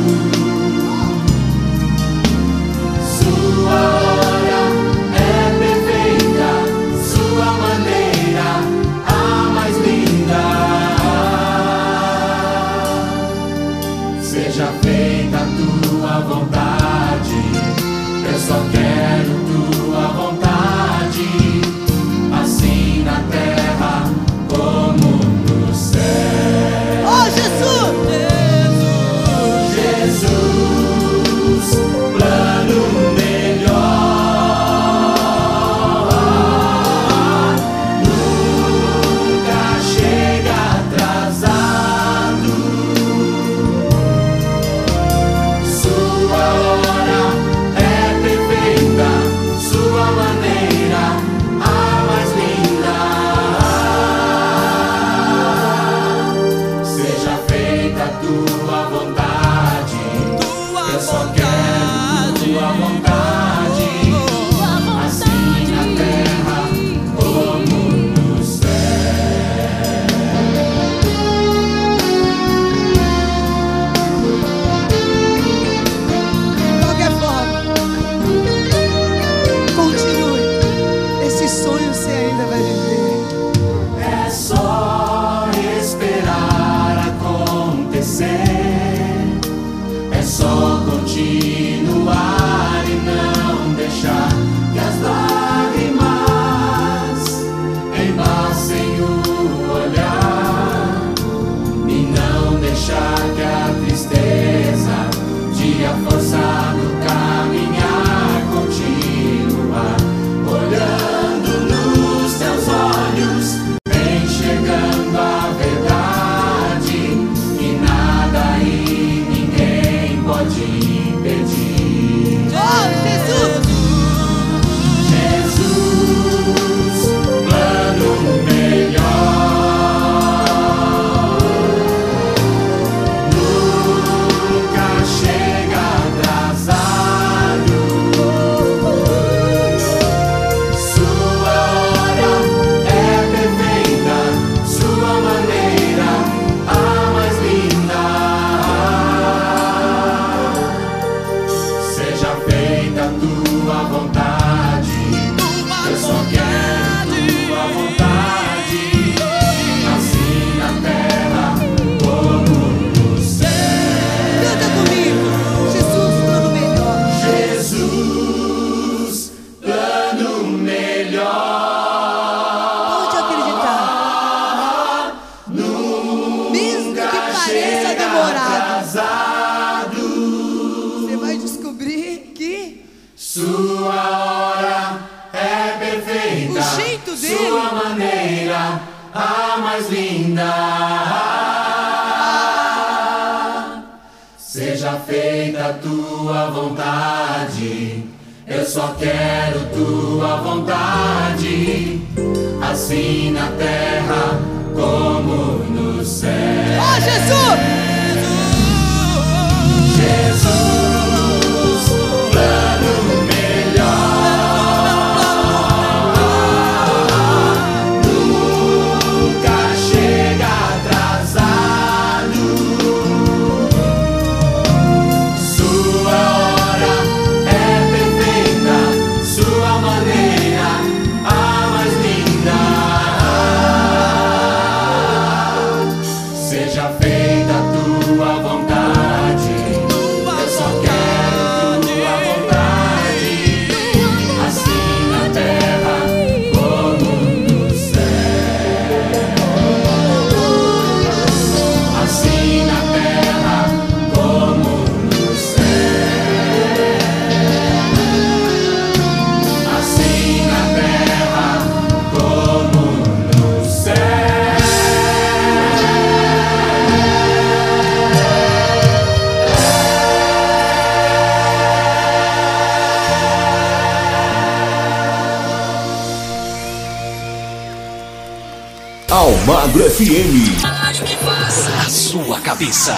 Sua hora é perfeita, sua maneira atrasado. Você vai descobrir que sua hora é perfeita, o jeito dele, sua maneira a mais linda. Seja feita a tua vontade, eu só quero tua vontade, assim na terra como no céu. Oh, Jesus! Jesus, plano melhor, nunca chega atrasado. Sua hora é perfeita, sua maneira a mais linda. Seja feita a tua vontade, eu só quero tua vontade, assim na terra como no céu. Assim na terra como no céu. Assim na terra como no céu. Almagro FM. A rádio que faz a sua cabeça.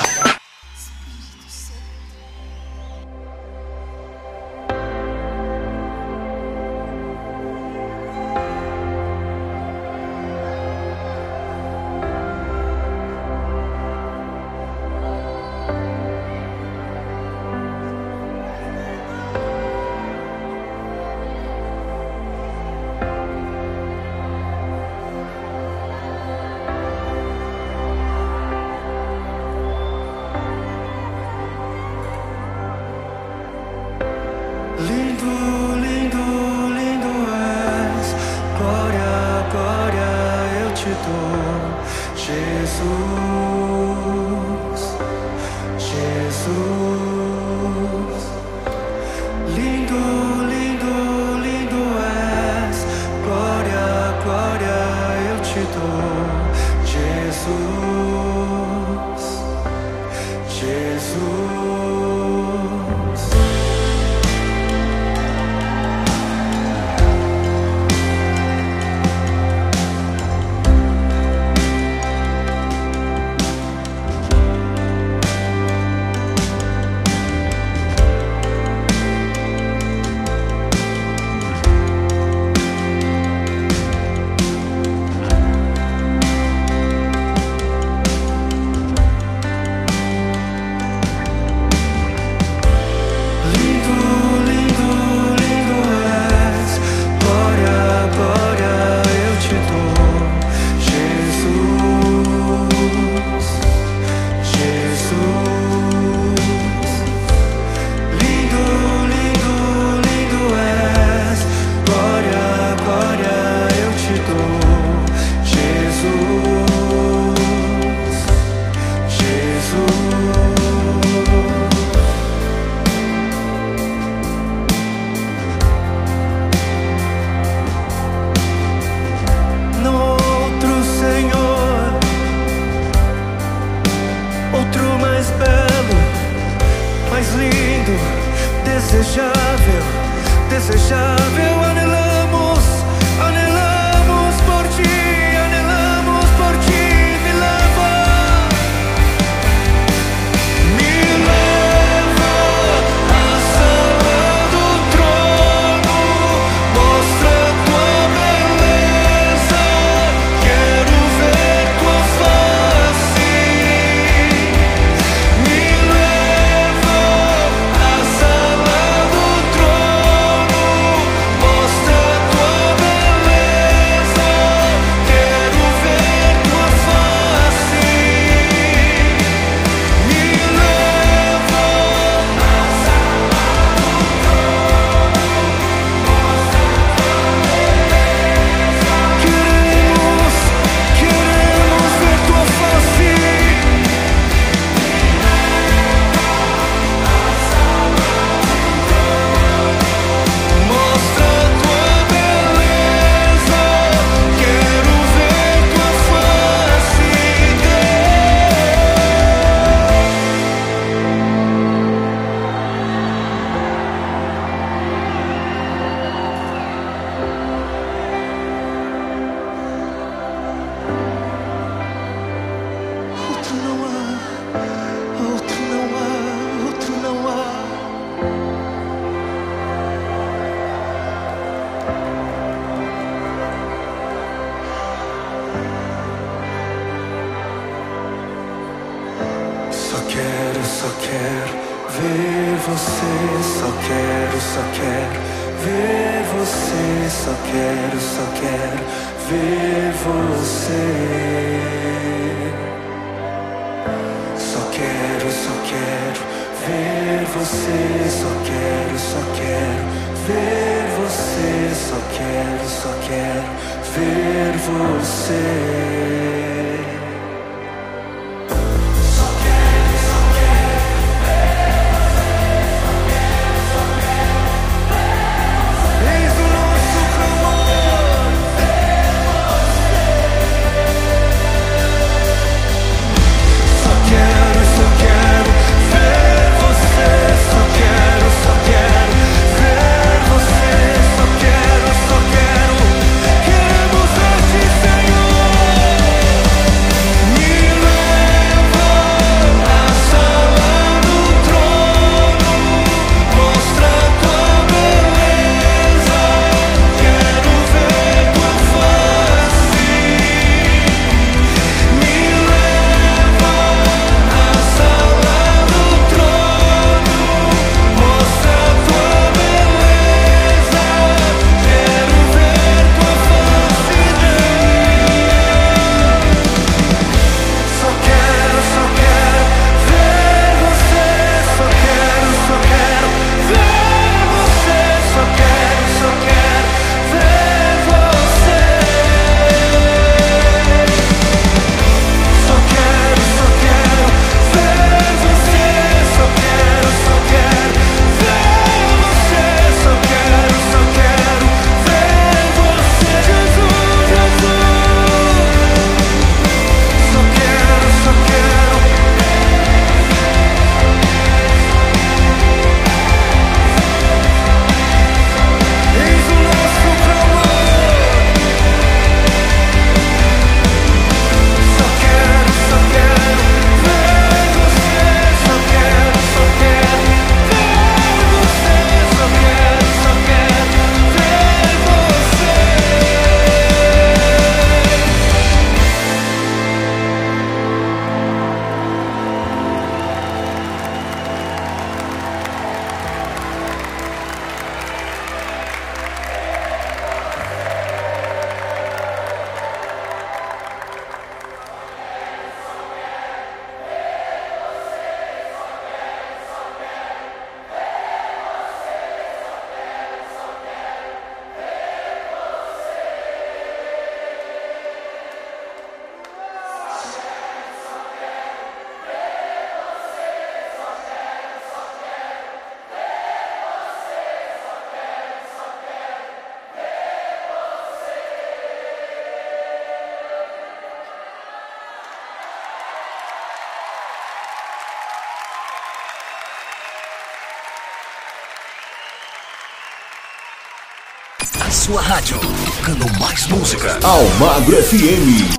só quero ver você, só quero ver você, só quero ver você. Só quero ver você, só quero ver você, só quero ver você. Sua rádio, tocando mais música. Almagro FM.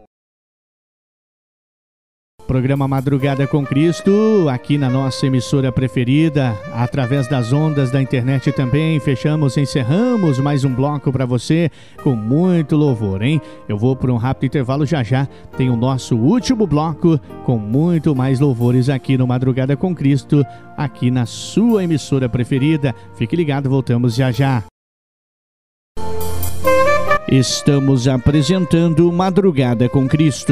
Programa Madrugada com Cristo, aqui na nossa emissora preferida, através das ondas da internet também. Encerramos mais um bloco para você, com muito louvor, hein? Eu vou por um rápido intervalo, já tem o nosso último bloco, com muito mais louvores aqui no Madrugada com Cristo, aqui na sua emissora preferida. Fique ligado, voltamos já. Estamos apresentando Madrugada com Cristo.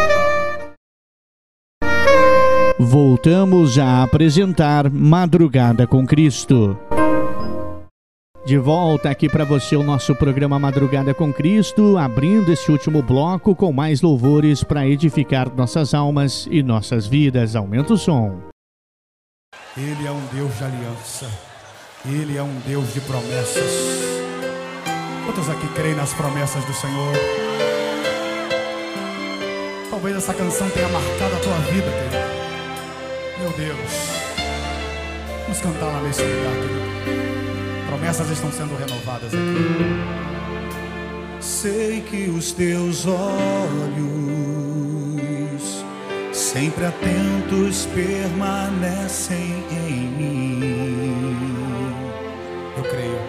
Voltamos a apresentar Madrugada com Cristo. De volta aqui para você o nosso programa Madrugada com Cristo, abrindo esse último bloco com mais louvores para edificar nossas almas e nossas vidas. Aumenta o som. Ele é um Deus de aliança. Ele é um Deus de promessas. Quantos aqui creem nas promessas do Senhor? Talvez essa canção tenha marcado a tua vida, querido. Meu Deus, vamos cantar lá nesse lugar, querido. Promessas estão sendo renovadas aqui. Sei que os teus olhos, sempre atentos, permanecem em mim. Eu creio.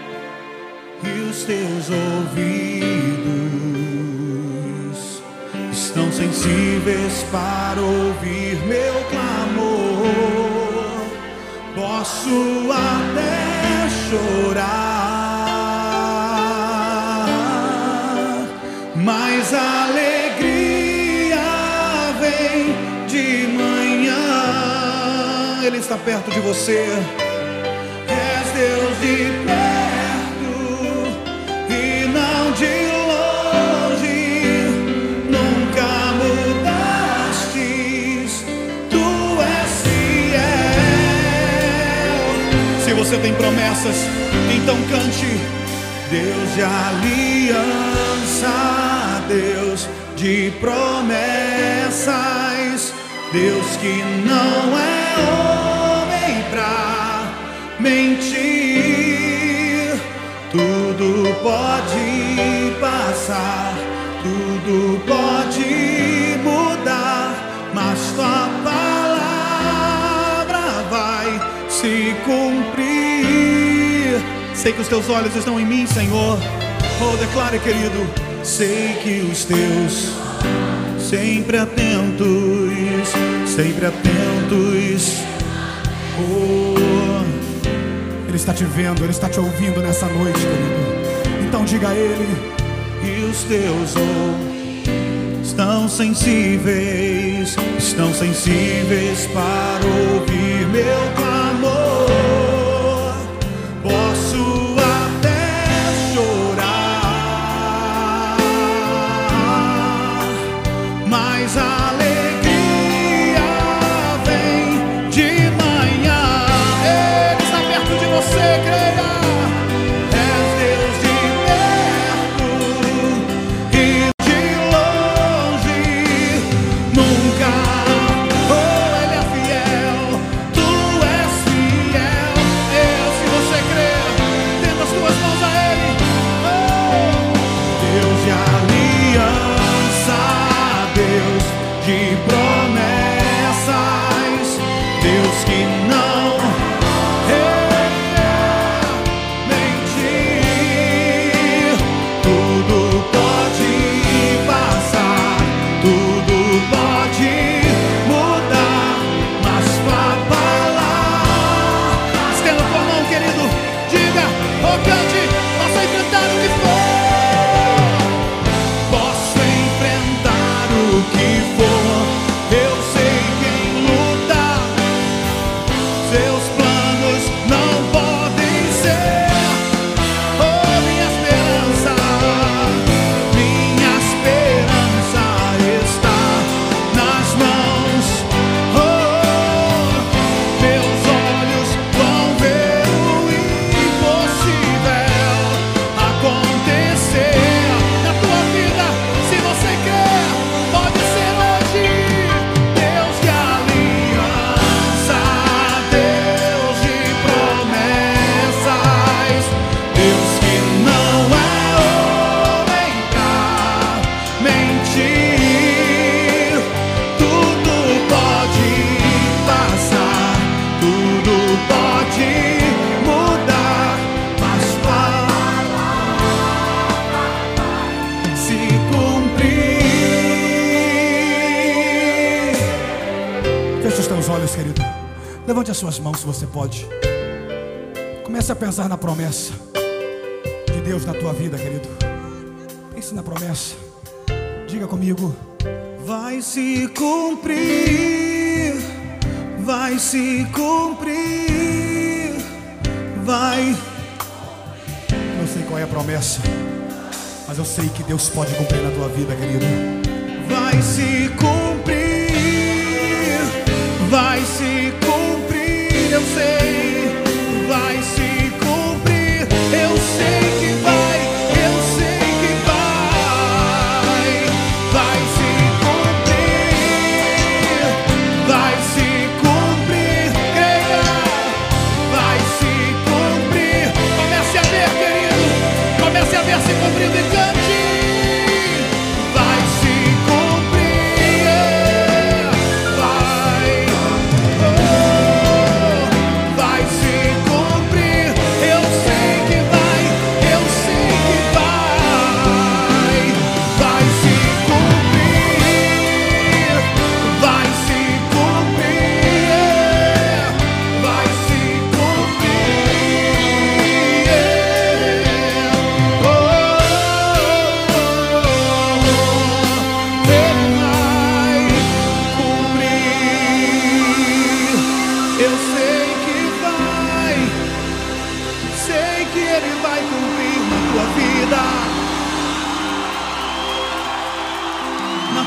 E os teus ouvidos estão sensíveis para ouvir meu clamor. Posso até chorar, mas a alegria vem de manhã. Ele está perto de você. És Deus de perto e não de longe. Nunca mudastes, tu és fiel. Se você tem promessas, então cante. Deus de aliança, Deus de promessas, Deus que não é homem pra mentir. Tudo pode passar, tudo pode mudar, mas tua palavra vai se cumprir. Sei que os teus olhos estão em mim, Senhor. Oh, declare, querido. Sei que os teus sempre atentos, sempre atentos. Oh, Ele está te vendo, Ele está te ouvindo nessa noite, querido. Então diga a Ele. E os teus estão sensíveis para ouvir meu clamor. Posso até chorar, mas a alegria vem de manhã. Ele está perto de você, creia. És Deus de perto e de longe. Nunca, oh, Ele é fiel. Tu és fiel. Se você crer, tenda as tuas mãos a Ele. Oh, Deus de aliança, Deus de promessas, Deus que não mentir. Tudo pode passar, tudo pode mudar, mas tua palavra. Estenda tua mão, querido. Diga, oh, cante, posso enfrentar o que for. Posso enfrentar o que for. Eu sei quem luta. Seus planos não podem ser. Oh, minha esperança está nas mãos. Oh, meus olhos vão ver o impossível acontecer na tua vida. Se você quer, pode ser hoje. Deus de aliança, Deus de promessas, Deus que não é homem pra mentir. Tudo pode passar, tudo pode mudar, mas vai se cumprir. Feche os teus olhos, querido. Levante as suas mãos se você pode. Comece a pensar na promessa de Deus na tua vida, querido. Pense na promessa. Diga comigo. Vai se cumprir, vai se cumprir, vai. Não sei qual é a promessa, mas eu sei que Deus pode cumprir na tua vida, querido. Vai se cumprir, vai se cumprir, eu sei. Vai se cumprir, eu sei que vai, eu sei que vai. Vai se cumprir, vai se cumprir, creia. Vai se cumprir. Comece a ver, querido. Comece a ver se cumprindo e cante. Vai se cumprir, vai. Oh, vai se cumprir.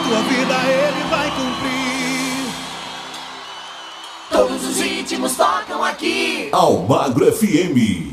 tua vida Ele vai cumprir. Todos os ritmos tocam aqui. Almagro FM.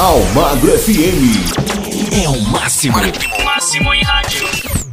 Almagro FM. É o máximo. Máximo em rádio.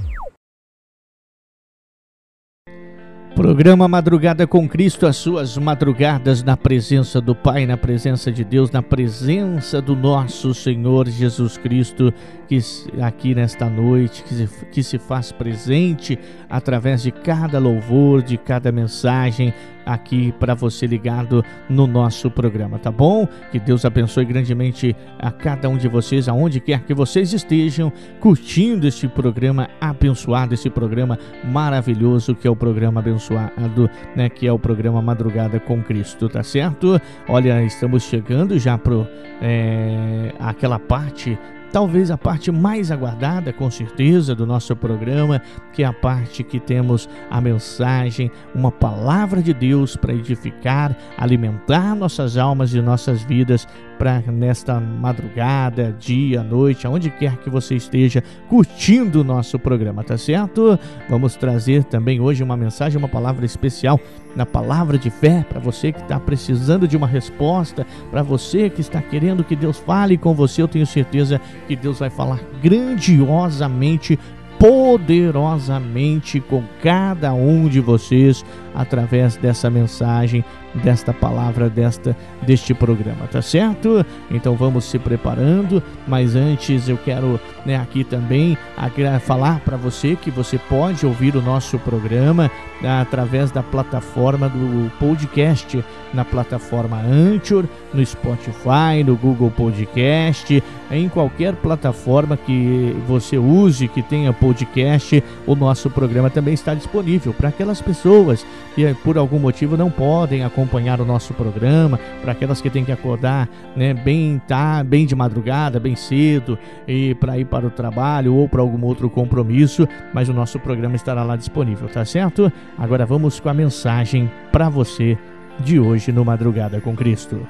Programa Madrugada com Cristo, as suas madrugadas na presença do Pai, na presença de Deus, na presença do nosso Senhor Jesus Cristo, que aqui nesta noite, que se faz presente através de cada louvor, de cada mensagem aqui para você ligado no nosso programa, tá bom? Que Deus abençoe grandemente a cada um de vocês, aonde quer que vocês estejam, curtindo este programa abençoado, esse programa maravilhoso que é o programa abençoado, né? Que é o programa Madrugada com Cristo, tá certo? Olha, estamos chegando já para aquela parte, talvez a parte mais aguardada, com certeza, do nosso programa, que é a parte que temos a mensagem, uma palavra de Deus para edificar, alimentar nossas almas e nossas vidas para nesta madrugada, dia, noite, aonde quer que você esteja curtindo o nosso programa, tá certo? Vamos trazer também hoje uma mensagem, uma palavra especial, na palavra de fé, para você que está precisando de uma resposta, para você que está querendo que Deus fale com você. Eu tenho certeza que Deus vai falar grandiosamente, poderosamente com cada um de vocês através dessa mensagem, desta palavra, deste programa, tá certo? Então vamos se preparando, mas antes eu quero aqui também falar para você que você pode ouvir o nosso programa através da plataforma do podcast, na plataforma Anchor, no Spotify, no Google Podcast, em qualquer plataforma que você use, que tenha podcast, o nosso programa também está disponível para aquelas pessoas que por algum motivo não podem acompanhar o nosso programa, para aquelas que têm que acordar bem de madrugada, bem cedo, e para ir para o trabalho ou para algum outro compromisso, mas o nosso programa estará lá disponível, tá certo? Agora vamos com a mensagem para você de hoje no Madrugada com Cristo.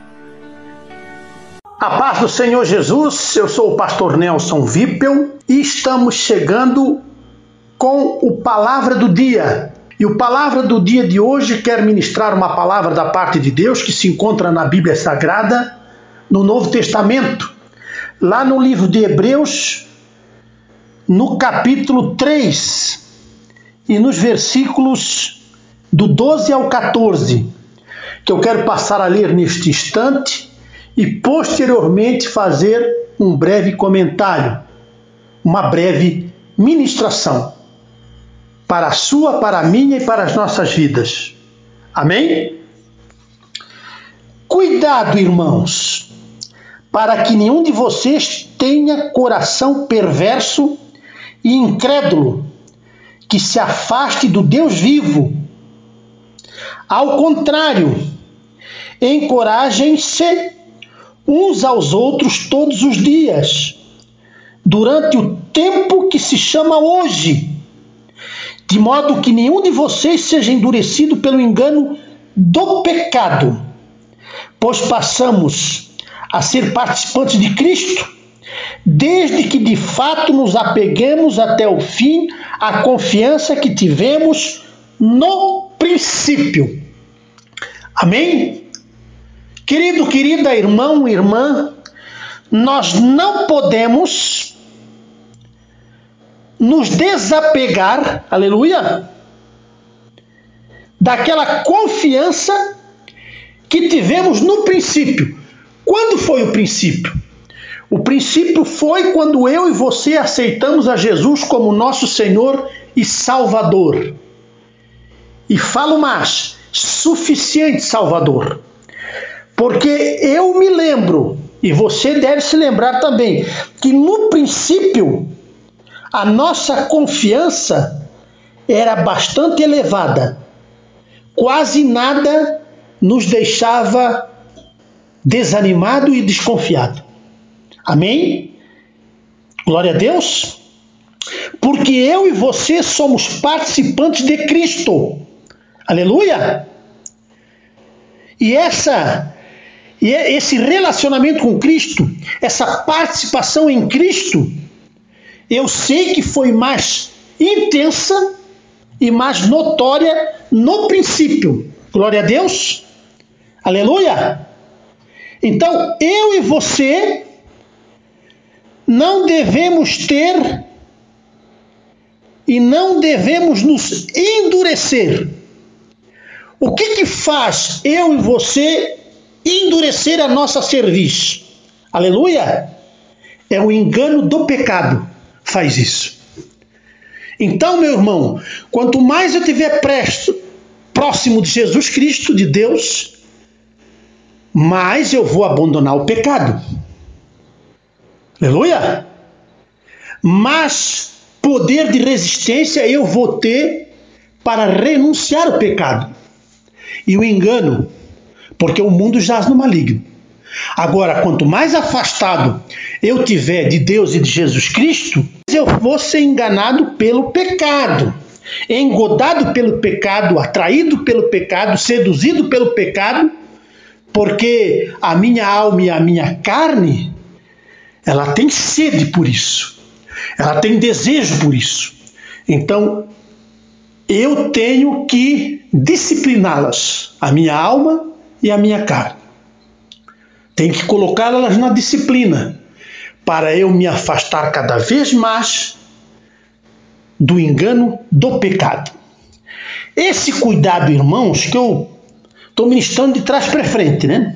A paz do Senhor Jesus, eu sou o pastor Nelson Vippel e estamos chegando com o Palavra do Dia. E o Palavra do Dia de hoje quer ministrar uma palavra da parte de Deus que se encontra na Bíblia Sagrada, no Novo Testamento, lá no livro de Hebreus, no capítulo 3 e nos versículos do 12 ao 14, que eu quero passar a ler neste instante e posteriormente fazer um breve comentário, uma breve ministração para a sua, para a minha e para as nossas vidas. Amém? Cuidado, irmãos, para que nenhum de vocês tenha coração perverso e incrédulo, que se afaste do Deus vivo. Ao contrário, encorajem-se uns aos outros todos os dias, durante o tempo que se chama hoje, de modo que nenhum de vocês seja endurecido pelo engano do pecado, pois passamos a ser participantes de Cristo, desde que de fato nos apeguemos até o fim à confiança que tivemos no princípio. Amém? Querido, querida, irmão, irmã, nós não podemos nos desapegar, aleluia, daquela confiança que tivemos no princípio. Quando foi o princípio? O princípio foi quando eu e você aceitamos a Jesus como nosso Senhor e Salvador. E falo mais, suficiente Salvador. Porque eu me lembro, e você deve se lembrar também, que no princípio a nossa confiança era bastante elevada. Quase nada nos deixava desanimado e desconfiado. Amém? Glória a Deus. Porque eu e você somos participantes de Cristo. Aleluia! E esse relacionamento com Cristo, essa participação em Cristo, eu sei que foi mais intensa e mais notória no princípio. Glória a Deus. Aleluia. Então, eu e você não devemos ter e não devemos nos endurecer. O que faz eu e você endurecer a nossa cerviz? Aleluia! É o engano do pecado. Faz isso. Então, meu irmão, quanto mais eu estiver próximo de Jesus Cristo, de Deus, mais eu vou abandonar o pecado. Aleluia! Mais poder de resistência eu vou ter para renunciar ao pecado e o engano, porque o mundo jaz no maligno. Agora, quanto mais afastado eu tiver de Deus e de Jesus Cristo, eu vou ser enganado pelo pecado, engodado pelo pecado, atraído pelo pecado, seduzido pelo pecado, porque a minha alma e a minha carne, ela tem sede por isso, ela tem desejo por isso. Então, eu tenho que discipliná-las, a minha alma e a minha carne. Tenho que colocá-las na disciplina, para eu me afastar cada vez mais do engano do pecado. Esse cuidado, irmãos, que eu estou ministrando de trás para frente, né?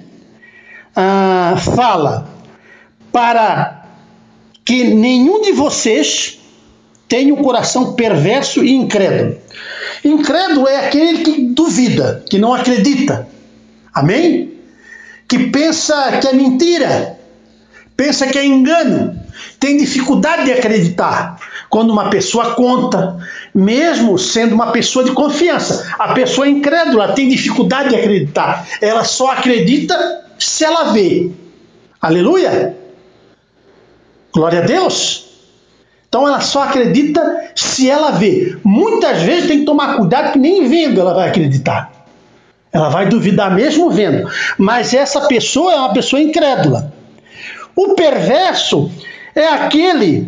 Fala para que nenhum de vocês tenha um coração perverso e incrédulo. Incrédulo é aquele que duvida, que não acredita. Amém? Que pensa que é mentira, pensa que é engano, tem dificuldade de acreditar. Quando uma pessoa conta, mesmo sendo uma pessoa de confiança, a pessoa incrédula tem dificuldade de acreditar. Ela só acredita se ela vê. Aleluia! Glória a Deus! Então ela só acredita se ela vê. Muitas vezes tem que tomar cuidado que nem vendo ela vai acreditar. Ela vai duvidar mesmo vendo. Mas essa pessoa é uma pessoa incrédula. O perverso é aquele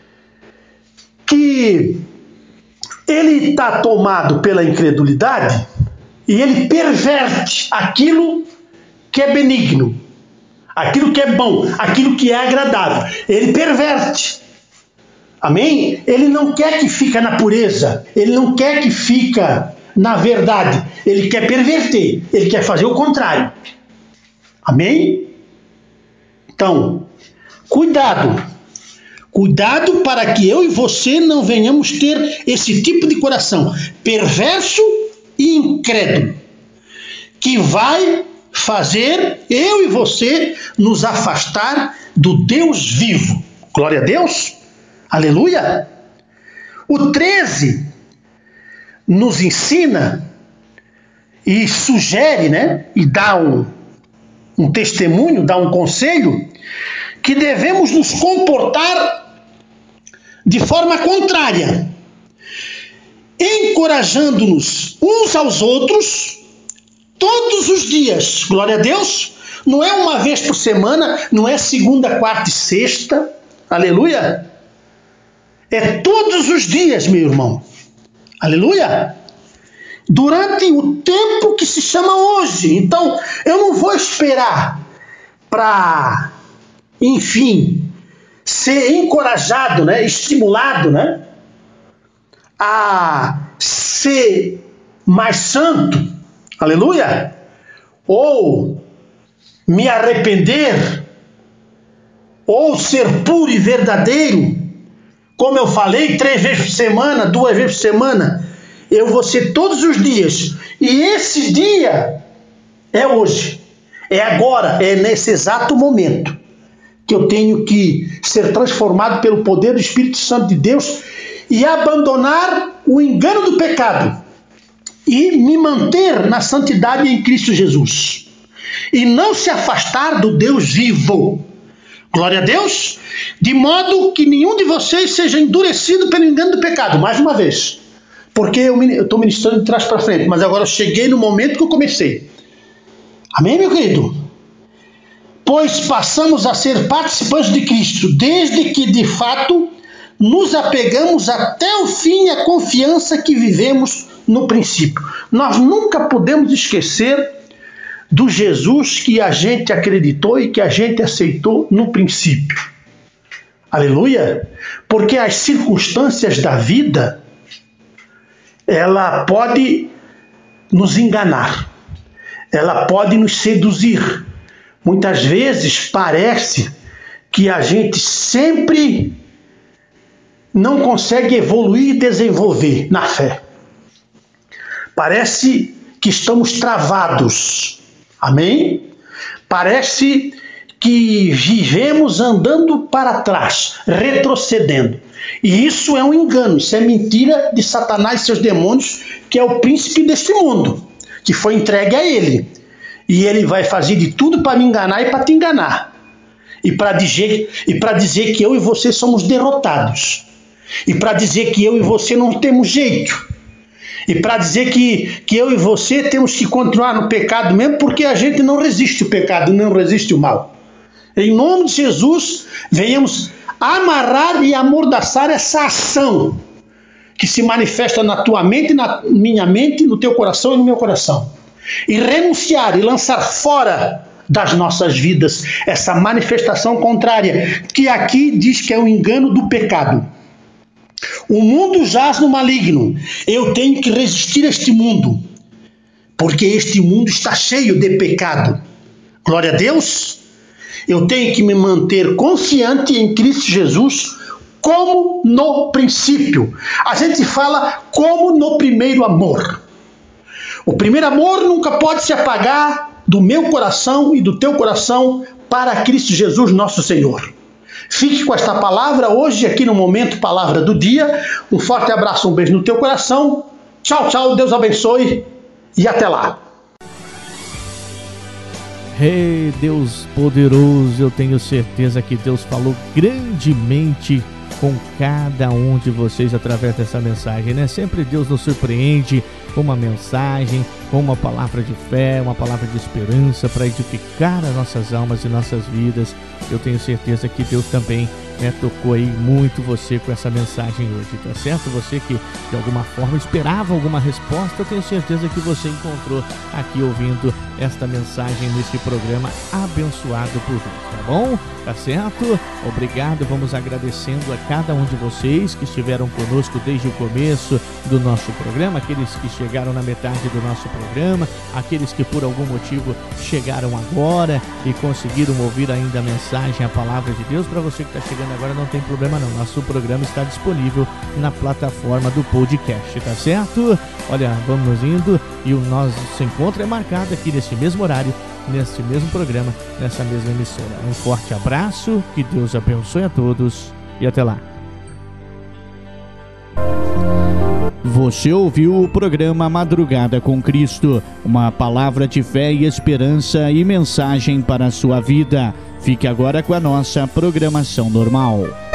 que ele está tomado pela incredulidade e ele perverte aquilo que é benigno, aquilo que é bom, aquilo que é agradável. Ele perverte. Amém? Ele não quer que fique na pureza. Ele não quer que fique na verdade. Ele quer perverter. Ele quer fazer o contrário. Amém? Então, cuidado. Cuidado para que eu e você não venhamos ter esse tipo de coração perverso e incrédulo, que vai fazer eu e você nos afastar do Deus vivo. Glória a Deus. Aleluia. O 13 nos ensina e sugere, né, e dá um testemunho, dá um conselho, que devemos nos comportar de forma contrária, encorajando-nos uns aos outros todos os dias. Glória a Deus. Não é uma vez por semana, não é segunda, quarta e sexta. Aleluia. É todos os dias, meu irmão. Aleluia. Durante o tempo que se chama hoje. Então, eu não vou esperar para, enfim, ser encorajado, né, estimulado, né, a ser mais santo. Aleluia. Ou me arrepender, ou ser puro e verdadeiro. Como eu falei, 3 vezes por semana, 2 vezes por semana, eu vou ser todos os dias. E esse dia é hoje, é agora, é nesse exato momento que eu tenho que ser transformado pelo poder do Espírito Santo de Deus e abandonar o engano do pecado e me manter na santidade em Cristo Jesus e não se afastar do Deus vivo. Glória a Deus, de modo que nenhum de vocês seja endurecido pelo engano do pecado. Mais uma vez, porque eu estou ministrando de trás para frente, mas agora eu cheguei no momento que eu comecei. Amém, meu querido? Pois passamos a ser participantes de Cristo, desde que de fato nos apegamos até o fim à confiança que vivemos no princípio. Nós nunca podemos esquecer do Jesus que a gente acreditou e que a gente aceitou no princípio. Aleluia! Porque as circunstâncias da vida, ela pode nos enganar, ela pode nos seduzir. Muitas vezes parece que a gente sempre não consegue evoluir e desenvolver na fé. Parece que estamos travados. Amém? Parece que vivemos andando para trás, retrocedendo. E isso é um engano, isso é mentira de Satanás e seus demônios, que é o príncipe deste mundo, que foi entregue a ele. E ele vai fazer de tudo para me enganar e para te enganar. E para dizer que eu e você somos derrotados. E para dizer que eu e você não temos jeito. E para dizer que eu e você temos que continuar no pecado mesmo, porque a gente não resiste o pecado, não resiste o mal. Em nome de Jesus, venhamos amarrar e amordaçar essa ação que se manifesta na tua mente, na minha mente, no teu coração e no meu coração. E renunciar e lançar fora das nossas vidas essa manifestação contrária, que aqui diz que é o engano do pecado. O mundo jaz no maligno. Eu tenho que resistir a este mundo, porque este mundo está cheio de pecado. Glória a Deus. Eu tenho que me manter confiante em Cristo Jesus, como no princípio. A gente fala como no primeiro amor. O primeiro amor nunca pode se apagar do meu coração e do teu coração para Cristo Jesus nosso Senhor. Fique com esta palavra hoje aqui no Momento Palavra do Dia. Um forte abraço, um beijo no teu coração. Tchau, tchau, Deus abençoe e até lá. Ei, Deus poderoso, eu tenho certeza que Deus falou grandemente com cada um de vocês através dessa mensagem, né? Sempre Deus nos surpreende com uma mensagem, com uma palavra de fé, uma palavra de esperança para edificar as nossas almas e nossas vidas. Eu tenho certeza que Deus também tocou aí muito você com essa mensagem hoje, tá certo? Você que de alguma forma esperava alguma resposta, eu tenho certeza que você encontrou aqui ouvindo esta mensagem nesse programa abençoado por Deus, tá bom? Tá certo? Obrigado, vamos agradecendo a cada um de vocês que estiveram conosco desde o começo do nosso programa, aqueles que chegaram na metade do nosso programa, aqueles que por algum motivo chegaram agora e conseguiram ouvir ainda a mensagem, a palavra de Deus. Para você que está chegando agora, não tem problema não, nosso programa está disponível na plataforma do podcast, tá certo? Olha, vamos indo e o nosso encontro é marcado aqui nesse mesmo horário, nesse mesmo programa, nessa mesma emissora. Um forte abraço, que Deus abençoe a todos e até lá. Você ouviu o programa Madrugada com Cristo, uma palavra de fé e esperança e mensagem para a sua vida. Fique agora com a nossa programação normal.